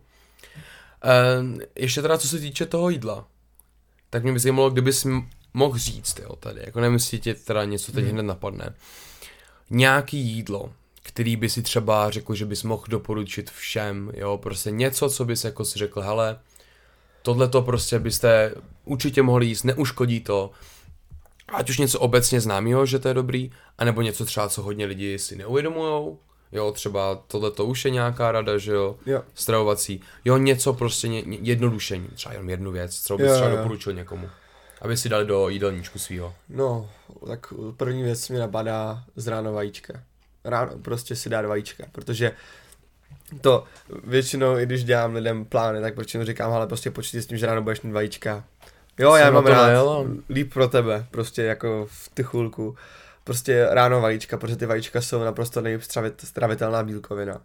Ještě teda, co se týče toho jídla, tak mě by zajímalo, kdybys mohl říct, jo, tady, jako nemyslí tě teda něco teď hned napadne. Nějaký jídlo, který by si třeba řekl, že bys mohl doporučit všem, jo, prostě něco, co bys jako si řekl, hele, tohleto prostě byste určitě mohli jíst, neuškodí to, ať už něco obecně známého, že to je dobrý, anebo něco třeba, co hodně lidí si neuvědomujou, jo, třeba tohleto už je nějaká rada, že jo, stravovací, jo, něco prostě jednodušení, třeba jenom jednu věc, co bys třeba doporučil někomu, aby si dali do jídelníčku svýho. No, tak první věc mi napadá z ráno vajíčka. Ráno prostě si dát vajíčka, protože to většinou, i když dělám lidem plány, tak proč říkám, ale prostě počítej s tím, že ráno budeš mít vajíčka. Jo, já mám rád, líp pro tebe, prostě jako v ty chvilku. Prostě ráno vajíčka, protože ty vajíčka jsou naprosto nejlíp stravitelná bílkovina.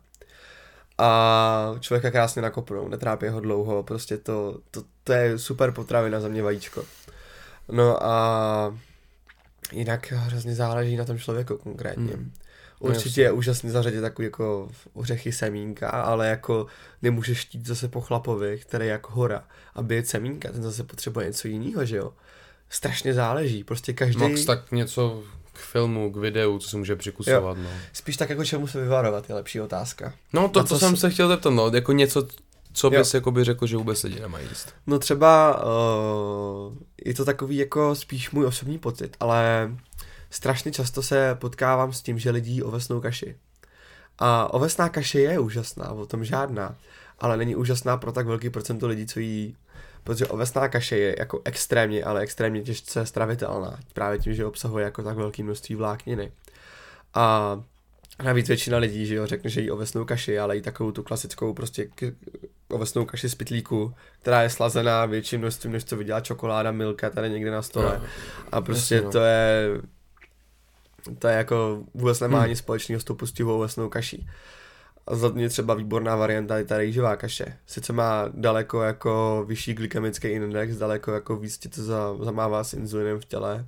A člověka krásně nakopnou, netrápí ho dlouho, prostě to je super potravina za mě vajíčko. No a jinak hrozně záleží na tom člověku konkrétně. Určitě je úžasný zařadit takový jako ořechy, semínka, ale jako nemůžeš štít zase po chlapovi, který je jako hora. Aby je semínka, ten zase potřebuje něco jiného, že jo. Strašně záleží, prostě každý... Max tak něco k filmu, k videu, co se může přikusovat, no. Spíš tak jako čemu se vyvarovat je lepší otázka. No to jsem se chtěl zeptat, no, jako něco, co bys jakoby řekl, že vůbec lidi nemají jíst. No třeba je to takový jako spíš můj osobní pocit, ale strašně často se potkávám s tím, že lidi jí ovesnou kaši. A ovesná kaše je úžasná, o tom žádná, ale není úžasná pro tak velký procento lidí, co jí, protože ovesná kaše je jako extrémně, ale extrémně těžce stravitelná, právě tím, že obsahuje jako tak velké množství vlákniny. A navíc většina lidí, že jo, řekne, že jí ovesnou kaši, ale i takovou tu klasickou prostě ovesnou kaši z pytlíku, která je slazená větším množstvím, než co viděla čokoláda, Milka tady někde na stole. A prostě to je jako vůbec nemá ani společného s tou pustivou ovesnou kaší. A za mě třeba výborná varianta je ta rýžová kaše. Sice má daleko jako vyšší glykemický index, daleko jako víc ti to zamává s inzulinem v těle.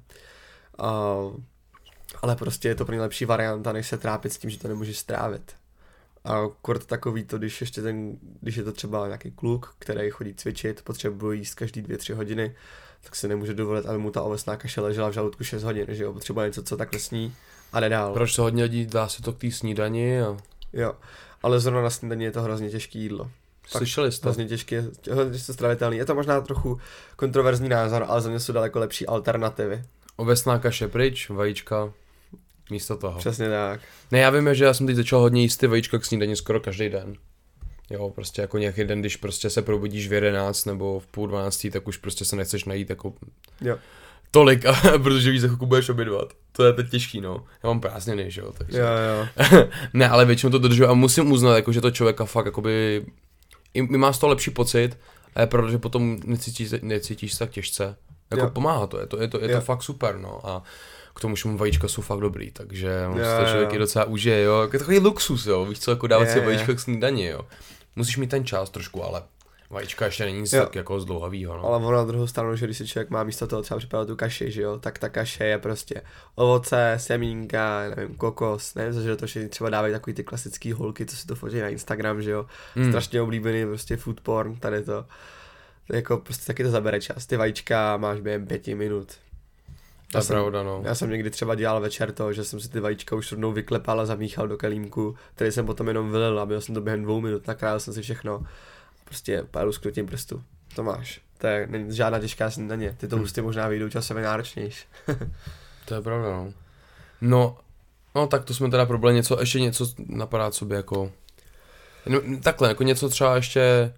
Ale prostě je to pro ně lepší varianta, než se trápit s tím, že to nemůžeš strávit. A kort takový to, když je to třeba nějaký kluk, který chodí cvičit, potřebuje jíst každý 2-3 hodiny, tak se nemůže dovolit, aby mu ta ovesná kaše ležela v žaludku 6 hodin, že jo, potřebuje něco, co takhle sní a nedál. Proč se hodně lidí dá se to k té snídani a... Jo, ale zrovna na snídani je to hrozně těžké jídlo. Slyšeli jste? Hrozně těžké, hrozně stravitelný. Je to možná trochu kontroverzní názor, ale za mě jsou daleko lepší alternativy. Ovesná kaše pryč, vajíčka místo toho. Přesně tak. Ne, já vím, že já jsem teď začal hodně jíst ty vajíčka k snídani skoro každý den. Jo, prostě jako nějaký den, když prostě se probudíš v 11 nebo v 11:30, tak už prostě se nechceš najít jako tolik, protože víš, jako budeš obědvat. To je teď těžký, no. Já mám prázdniny, že jo, takže. Jo. Ne, ale většinou to dodržuji a musím uznat, jako, že to člověka fakt jakoby i má z toho lepší pocit, a je pravda, že potom necítíš se tak těžce. Jako pomáhá to, je to fakt super, no. A k tomu vajíčka jsou fakt dobrý, takže to člověk je docela užije, jo. Jako takový luxus, jo, víš co, jako dávat si vajíčka k snídani, jo. Musíš mít ten čas trošku, ale vajíčka ještě není nic tak jako zdlouhavýho, no. Ale ono na druhou stranu, že když si člověk má místo toho třeba připravit tu kaši, že jo, tak ta kaše je prostě ovoce, semínka, nevím, kokos, nevím, že to všichni třeba dávají takový ty klasický holky, co si to fotí na Instagram, že jo, strašně oblíbený prostě food porn, tady to jako prostě taky to zabere čas, ty vajíčka máš během 5 minut. To je pravda, no. Já jsem někdy třeba dělal večer to, že jsem si ty vajíčka už rovnou vyklepal a zamíchal do kelímku, který jsem potom jenom vylil a byl jsem to během 2 minut, nakrájel jsem si všechno. Prostě pár lusknutím prstu. To máš. To je není žádná těžká snídaně. Ty to ústy možná vyjdou časově náročnější. To je pravda, no. No tak to jsme teda probali ještě něco napadá, co by jako... No, takhle, jako něco třeba ještě...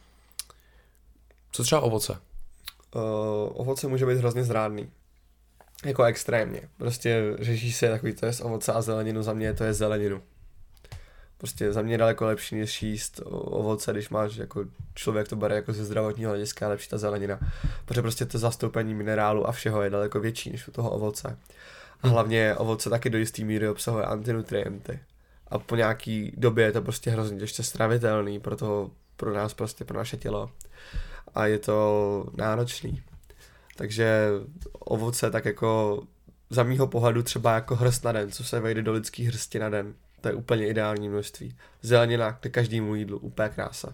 Co třeba ovoce? Ovoce může být hrozně zrádný. Jako extrémně. Prostě řeší se takový, to je z ovoce a zeleninu, za mě to je zeleninu. Prostě za mě je daleko lepší, než jíst ovoce, když máš jako člověk to bere jako ze zdravotního hlediska, lepší ta zelenina. Protože prostě to zastoupení minerálu a všeho je daleko větší než u toho ovoce. A hlavně ovoce taky do jistý míry obsahuje antinutrienty. A po nějaký době je to prostě hrozně těžce stravitelný pro nás prostě, pro naše tělo. A je to náročný. Takže ovoce tak jako za mýho pohledu třeba jako hrst na den, co se vejde do lidských hrsti na den. To je úplně ideální množství. Zelenina k každému jídlu, úplně krása.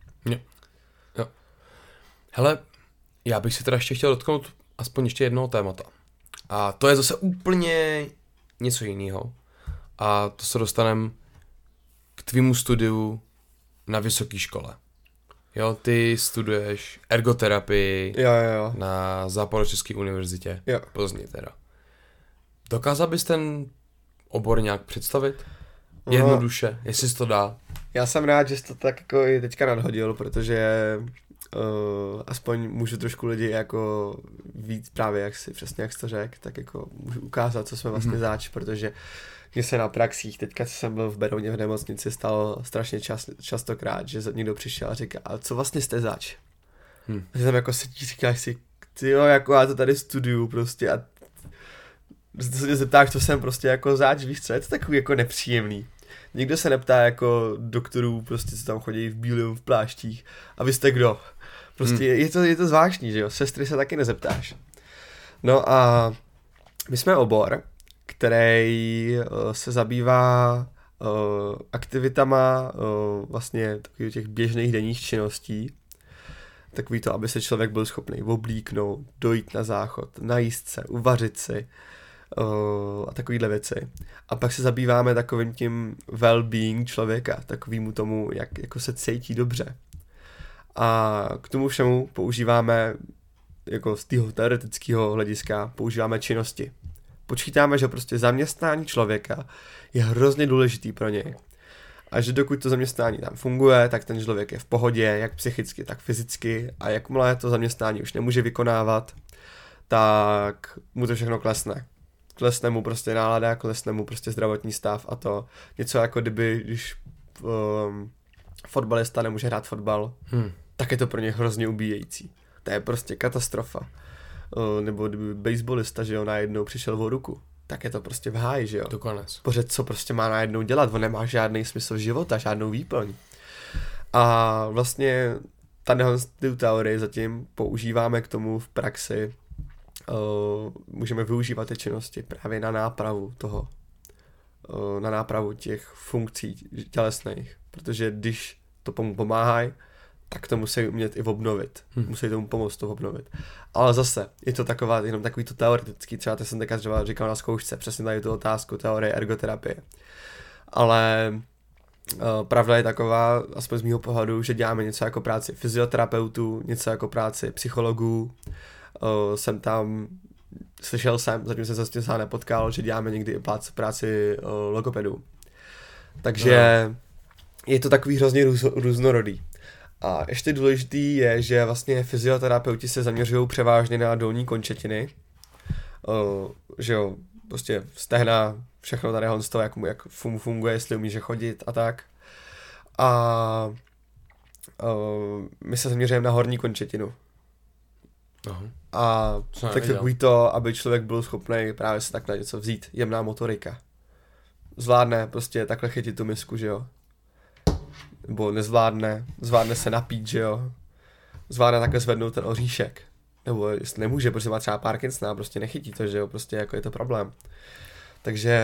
Jo. Hele, já bych si teda ještě chtěl dotknout aspoň ještě jednoho témata. A to je zase úplně něco jiného. A to se dostaneme k tvému studiu na vysoké škole. Jo, ty studuješ ergoterapii na Západočeské univerzitě v Plzni teda. Dokázal bys ten obor nějak představit? Jednoduše, jestli jsi to dá. Já jsem rád, že jsi to tak jako i teďka nadhodil, protože aspoň můžu trošku lidi jako víc právě, jak jsi to řekl, tak jako můžu ukázat, co jsme vlastně zač, protože mně se na praxích, teďka co jsem byl v Berouně v nemocnici, stalo strašně častokrát, že někdo přišel a říká, a co vlastně jste zač? Že jsem jako říkáš si, tyjo, jako já to tady studuju prostě a se mě zeptáš, co jsem prostě jako zač, víš co, je to takový jako nepříjemný. Nikdo se neptá jako doktorů, prostě co tam chodí v bílém, v pláštích, a vy jste kdo? Prostě je to zvláštní, že jo, sestry se taky nezeptáš. No a my jsme obor, který se zabývá aktivitama vlastně takových těch běžných denních činností. Takový to, aby se člověk byl schopný oblíknout, dojít na záchod, najíst se, uvařit si, a takovýhle věci. A pak se zabýváme takovým tím well-being člověka, takovýmu tomu, jak jako se cítí dobře. A k tomu všemu používáme, jako z tého teoretického hlediska, používáme činnosti. Počítáme, že prostě zaměstnání člověka je hrozně důležitý pro něj. A že dokud to zaměstnání tam funguje, tak ten člověk je v pohodě, jak psychicky, tak fyzicky. A jakmile to zaměstnání už nemůže vykonávat, tak mu to všechno klesne. Klesne mu prostě nálada, klesne mu prostě zdravotní stav a to něco jako když fotbalista nemůže hrát fotbal, tak je to pro ně hrozně ubíjející. To je prostě katastrofa. Nebo kdyby baseballista, že jo, najednou přišel o ruku, tak je to prostě v háji, že jo. To konec. Pořád co prostě má najednou dělat, on nemá žádný smysl života, žádnou výplň. A vlastně tady tu teorii zatím používáme k tomu v praxi. Můžeme využívat ty činnosti právě na nápravu toho, na nápravu těch funkcí tělesných, protože když to pomáhají, tak to musí umět i obnovit. Musí tomu pomoct to obnovit. Ale zase, je to jenom takový to teoretický, třeba to jsem třeba říkal na zkoušce, přesně tady tu otázku teorie ergoterapie. Ale pravda je taková, aspoň z mýho pohledu, že děláme něco jako práci fyzioterapeutů, něco jako práci psychologů. Slyšel jsem, zatím jsem se s tím sám nepotkal, že děláme někdy i práci logopedů. Takže je to takový hrozně různorodý. A ještě důležitý je, že vlastně fyzioterapeuti se zaměřují převážně na dolní končetiny, že jo, prostě stehna, všechno tady jak funguje, jestli umíš chodit a tak. A my se zaměřujeme na horní končetinu. Aha. A tak takový to, aby člověk byl schopný právě se takhle něco vzít, jemná motorika. Zvládne prostě takhle chytit tu misku, že jo. Nebo nezvládne se napít, že jo. Zvládne takhle zvednout ten oříšek. Nebo jestli nemůže, protože má třeba Parkinsona, prostě nechytí to, že jo, prostě jako je to problém. Takže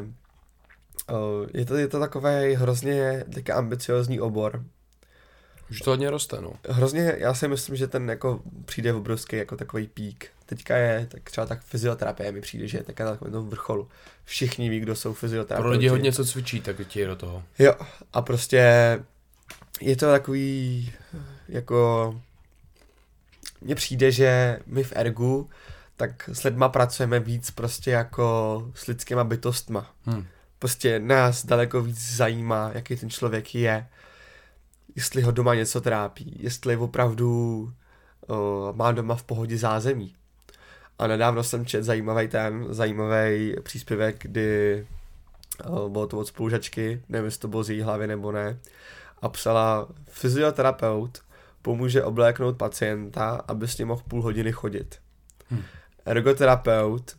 je to takový hrozně ambiciozní obor. Už to hodně roste, no. Hrozně, já si myslím, že ten jako přijde obrovský jako takový pík. Teďka je, tak třeba tak fyzioterapie mi přijde, že je taká na takovém vrcholu. Všichni ví, kdo jsou fyzioterapeuti. Pro lidi hodně co cvičí, tak ti je do toho. Jo, a prostě je to takový, jako, mně přijde, že my v ergu, tak s lidma pracujeme víc prostě jako s lidskýma bytostma. Prostě nás daleko víc zajímá, jaký ten člověk je, jestli ho doma něco trápí, jestli opravdu má doma v pohodě zázemí. A nedávno jsem četl zajímavý příspěvek, kdy bylo to od spolužačky, nevím, jestli to bylo z její hlavy nebo ne, a psala: fyzioterapeut pomůže obléknout pacienta, aby s ním mohl půl hodiny chodit. Ergoterapeut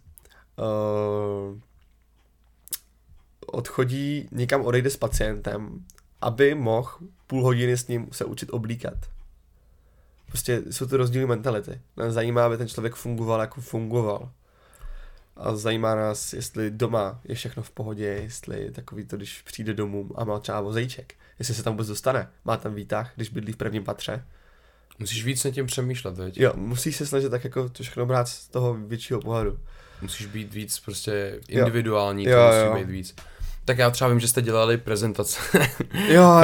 odejde s pacientem, aby mohl půl hodiny s ním se učit oblíkat. Prostě jsou to rozdílné mentality. Nás zajímá, aby ten člověk fungoval, jako fungoval. A zajímá nás, jestli doma je všechno v pohodě, jestli takový to, když přijde domů a má třeba vozejček, jestli se tam vůbec dostane, má tam výtah, když bydlí v prvním patře. Musíš víc nad tím přemýšlet, veď? Jo, musíš se snažit tak jako to všechno brát z toho většího pohledu. Musíš být víc prostě individuální, jo. to musí být víc. Tak já třeba vím, že jste dělali prezentace. Jo.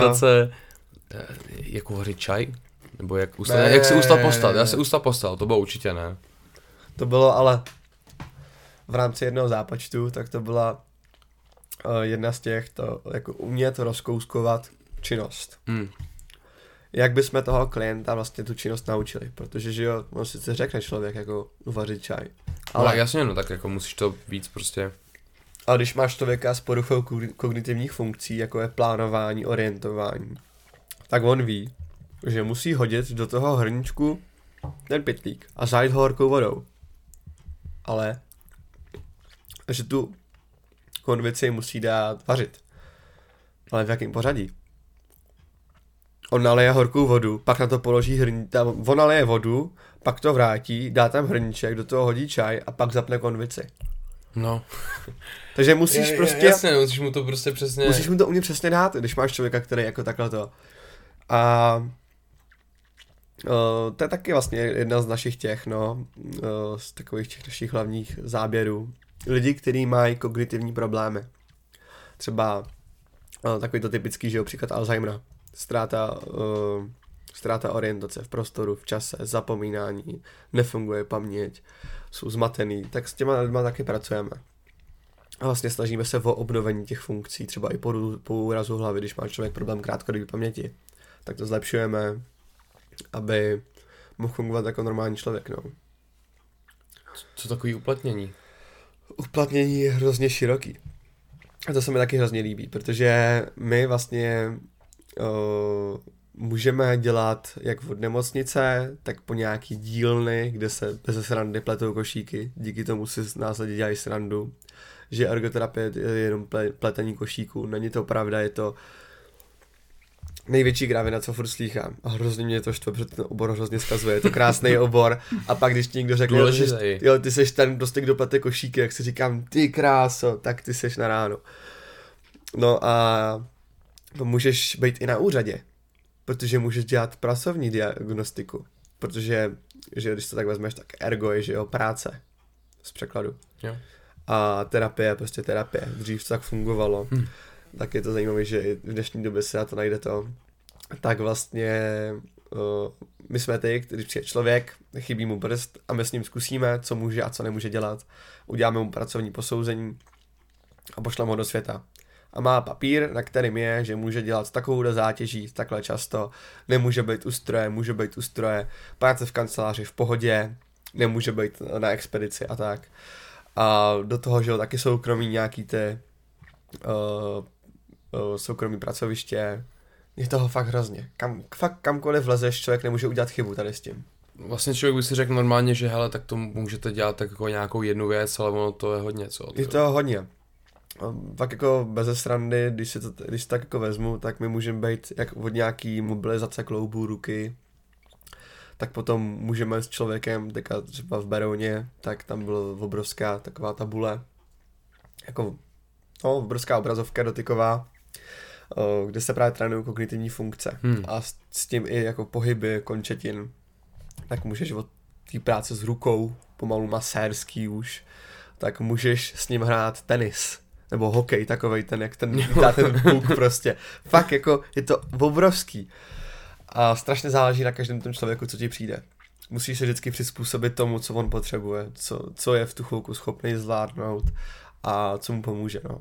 Jak uvařit čaj? Nebo jak se ústa postavit? Já se ústa postavil, to bylo určitě ne. To bylo ale v rámci jednoho zápočtu, tak to byla jedna z těch, to jako umět rozkouskovat činnost. Jak bychom toho klienta vlastně tu činnost naučili, protože že jo, on sice řekne člověk jako uvařit čaj. Ale jasně, no tak jako musíš to víc prostě. A když máš člověka s poruchou kognitivních funkcí, jako je plánování, orientování, tak on ví, že musí hodit do toho hrníčku ten pytlík a zajít ho horkou vodou. Ale že tu konvici musí dát vařit. Ale v jakém pořadí? On naleje horkou vodu, pak na to položí on naleje vodu, pak to vrátí, dá tam hrníček, do toho hodí čaj a pak zapne konvici. No. Takže musíš prostě... Jasně, musíš mu to prostě přesně... Musíš mu to umět přesně dát, když máš člověka, který jako takhle to... A... to je taky vlastně jedna z našich těch, z takových těch našich hlavních záběrů. lidi, kteří mají kognitivní problémy. Třeba takový to typický, že jo, příklad Alzheimera. Ztráta orientace v prostoru, v čase, zapomínání, nefunguje paměť, jsou zmatený, tak s těma lidma taky pracujeme. A vlastně snažíme se o obnovení těch funkcí, třeba i po úrazu hlavy, když má člověk problém krátkodobé paměti, tak to zlepšujeme, aby mohl fungovat jako normální člověk, no. Co takový uplatnění? Uplatnění je hrozně široký. A to se mi taky hrozně líbí, protože my vlastně můžeme dělat jak od nemocnice, tak po nějaký dílny, kde se bez srandy pletou košíky, díky tomu si následně dělají srandu, že ergoterapie je jenom pletení košíků, není to pravda, je to největší kravina, co furt slýchám. A hrozně mě to štve, protože ten obor hrozně zkazuje, je to krásný obor a pak když ti někdo řekne, že ty seš ten prostě, kdo plete košíky, jak si říkám, ty kráso, tak ty seš na ráno. No a můžeš být i na úřadě, protože můžeš dělat pracovní diagnostiku, protože že když to tak vezmeš, tak ergo je, že jo, práce z překladu. Jo. A terapie, prostě terapie. Dřív to tak fungovalo. Tak je to zajímavé, že i v dnešní době se na to najde to. Tak vlastně my jsme ty, když přijde člověk, chybí mu prst a my s ním zkusíme, co může a co nemůže dělat. Uděláme mu pracovní posouzení a pošleme ho do světa. A má papír, na kterým je, že může dělat s takovou zátěží, takhle často, nemůže být u stroje, může být u stroje, práce v kanceláři v pohodě, nemůže být na expedici a tak. A do toho, že jo, taky soukromí nějaký ty soukromí pracoviště, je toho fakt hrozně. Kamkoliv vlezeš, člověk nemůže udělat chybu tady s tím. Vlastně člověk by si řekl normálně, že hele, tak to můžete dělat tak jako nějakou jednu věc, ale ono to je hodně, co? Je to hodně. Pak jako beze srandy, když tak jako vezmu, tak my můžeme být jak od nějaký mobilizace kloubů, ruky, tak potom můžeme s člověkem, teďka třeba v Berouně, tak tam byla obrovská taková tabule, jako obrovská obrazovka dotyková, kde se právě trénují kognitivní funkce a s tím i jako pohyby končetin, tak můžeš od té práce s rukou, pomalu masérský už, tak můžeš s ním hrát tenis, nebo hokej, takovej ten, jak ten dá ten puk prostě. Fakt jako je to obrovský. A strašně záleží na každém tom člověku, co ti přijde. Musíš se vždycky přizpůsobit tomu, co on potřebuje, co je v tu chvilku schopný zvládnout a co mu pomůže, no.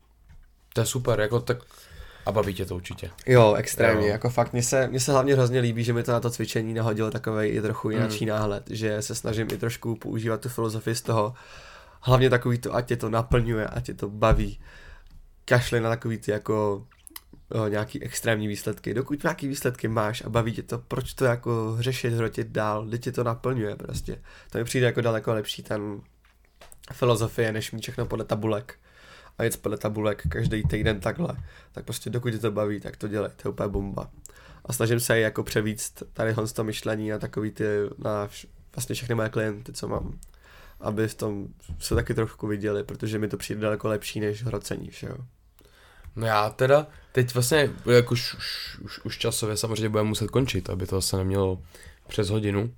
To je super, jako tak a baví tě to určitě. Jo, extrémně, jako fakt, mně se hlavně hrozně líbí, že mi to na to cvičení nahodilo takovej i trochu jináčí náhled, že se snažím i trošku používat tu filozofii z toho, hlavně takový to, ať tě to naplňuje, ať tě to baví, kašli na takový ty jako nějaký extrémní výsledky. Dokud nějaký výsledky máš a baví tě to, proč to jako řešit, hrotit dál, kdy tě to naplňuje prostě. To mi přijde jako daleko lepší ten filozofie, než mít všechno podle tabulek. A jet podle tabulek každý týden takhle. Tak prostě dokud tě to baví, tak to dělej, to je úplně bomba. A snažím se jako převíct tady to myšlení na takový ty, na vlastně všechny moje klienty, co mám. Aby v tom se taky trochu viděli, protože mi to přijde daleko lepší než hrocení, že jo. No já teda, teď vlastně, jako už časově samozřejmě budeme muset končit, aby to se nemělo přes hodinu,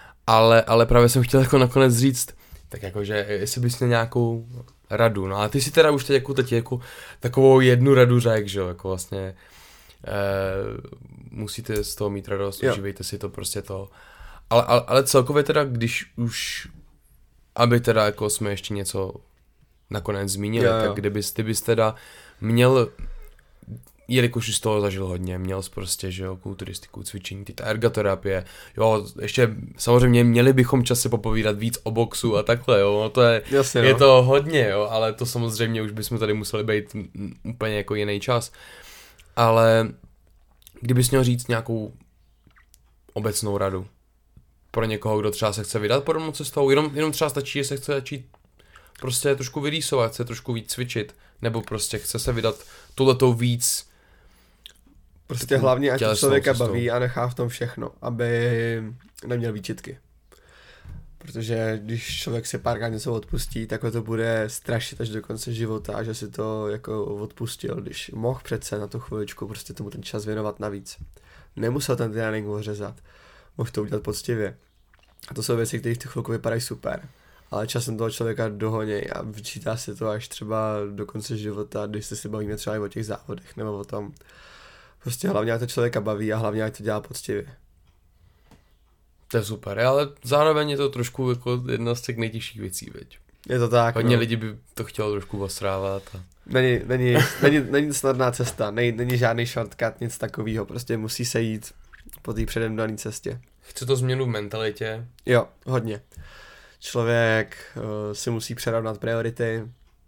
ale právě jsem chtěl jako nakonec říct, tak jakože, jestli bys měl nějakou radu, no a ty si teda už teď jako takovou jednu radu řekl, že jo, jako vlastně musíte z toho mít radost, užívejte si to prostě to, ale celkově teda, když už, aby teda jako jsme ještě něco nakonec zmínili, tak ty bys teda měl, jelikož už z toho zažil hodně, měl jsi prostě, že jo, kulturistiku, cvičení, ta ergoterapie, jo, ještě samozřejmě měli bychom čas se popovídat víc o boxu a takhle, jo, no to je, jasně, je to hodně, jo, ale to samozřejmě už bychom tady museli být úplně jako jiný čas, ale kdybys měl říct nějakou obecnou radu pro někoho, kdo třeba se chce vydat podobnou cestou, jenom třeba stačí, že se chce začít prostě trošku vyrýsovat, chce trošku víc cvičit, nebo prostě chce se vydat tuhletou víc. Prostě hlavně, ať to člověka baví a nechá v tom všechno, aby neměl výčitky. Protože když člověk si párkrát něco odpustí, tak ho to bude strašit až do konce života a že si to jako odpustil, když mohl přece na tu chviličku prostě tomu ten čas věnovat navíc. Nemusel ten trénink ořezat, mohl to udělat poctivě. A to jsou věci, které v tu chvilku vypadají super. ale časem toho člověka dohoněj a vyčítá si to až třeba do konce života, když se si bavíme třeba i o těch závodech nebo o tom. Prostě hlavně jak to člověka baví a hlavně jak to dělá poctivě. To je super, ale zároveň je to trošku jako jedna z těch nejtěžších věcí, veď. Je to tak. Hodně lidí by to chtělo trošku osrávat. A... Není snadná cesta, není žádný shortcut, nic takového, prostě musí se jít po té předem dané cestě. Chce to změnu v mentalitě? Jo, hodně. Člověk si musí přerovnat priority,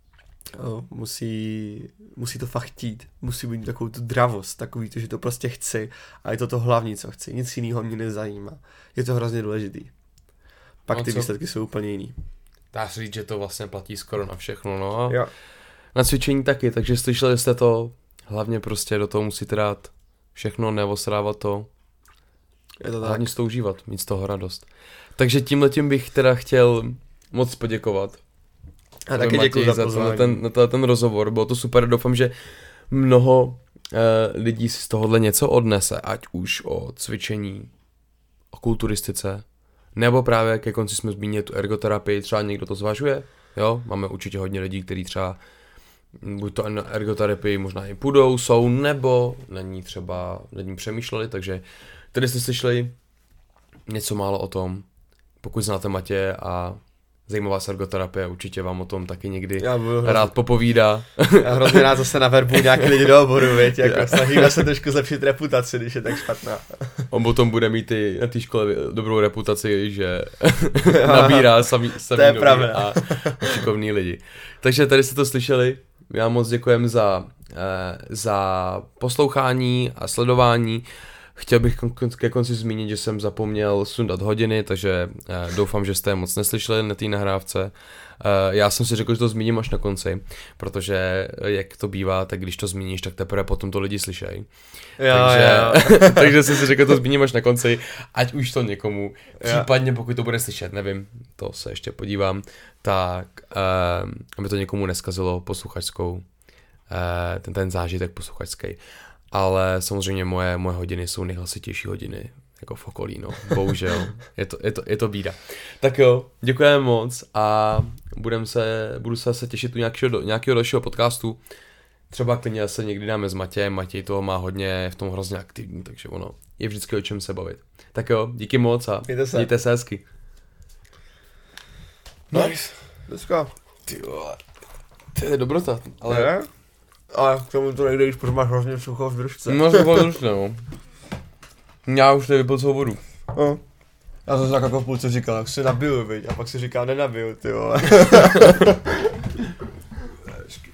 musí to fakt chtít, musí mít takovou tu dravost, takový to, že to prostě chci a je to hlavní, co chci, nic jiného mě nezajímá. Je to hrozně důležitý. Pak ty výsledky jsou úplně jiný. Dá se říct, že to vlastně platí skoro na všechno, no. Jo. Na cvičení taky, takže slyšeli jste to, hlavně prostě do toho musíte dát všechno, neosrávat to. Je to tak. Hlavně si to užívat, mít z toho radost. Takže tímhletím bych teda chtěl moc poděkovat. A taky děkuji za pozvání. Na ten rozhovor, bylo to super, doufám, že mnoho lidí si z tohohle něco odnese, ať už o cvičení, o kulturistice, nebo právě ke konci jsme zmínili tu ergoterapii, třeba někdo to zvažuje, jo, máme určitě hodně lidí, kteří třeba buď to na ergoterapii možná i půjdou, jsou, nebo na ní přemýšleli, takže tady jste slyšeli něco málo o tom, pokud znáte Matěje a zajímavá ergoterapie, určitě vám o tom taky někdy rád popovídá. Já hrozně rád zase naverbu nějaký lidi do oboru, viď, jako snažíme se trošku zlepšit reputaci, když je tak špatná. On potom bude mít i na té škole dobrou reputaci, že nabírá samý nový a šikovný lidi. Takže tady jste to slyšeli, já moc děkujem za poslouchání a sledování. Chtěl bych ke konci zmínit, že jsem zapomněl sundat hodiny, takže doufám, že jste je moc neslyšeli na té nahrávce. Já jsem si řekl, že to zmíním až na konci, protože jak to bývá, tak když to zmíníš, tak teprve potom to lidi slyšejí. Takže jsem si řekl, to zmíním až na konci, ať už to někomu, případně pokud to bude slyšet, nevím, to se ještě podívám, tak aby to někomu neskazilo posluchačskou, ten zážitek posluchačský. Ale samozřejmě moje hodiny jsou nejhlasitější hodiny, jako v okolí, no, bohužel, je to bída. Tak jo, děkujeme moc a budu se těšit u nějakého dalšího podcastu, třeba klidně se někdy dáme s Matějem, Matěj toho má hodně, je v tom hrozně aktivní, takže ono je vždycky o čem se bavit. Tak jo, díky moc a mějte se hezky. Nice. Dneska. Ty vole, to je dobrota, ale... Ale k tomu to nejde, když máš sucho v držce. No, sucho v držce, no. Já už nevypil celou vodu. No. Já jsem tak jako v půlce říkal, jak si nabiju, viď, a pak si říká, nenabiju, ty vole.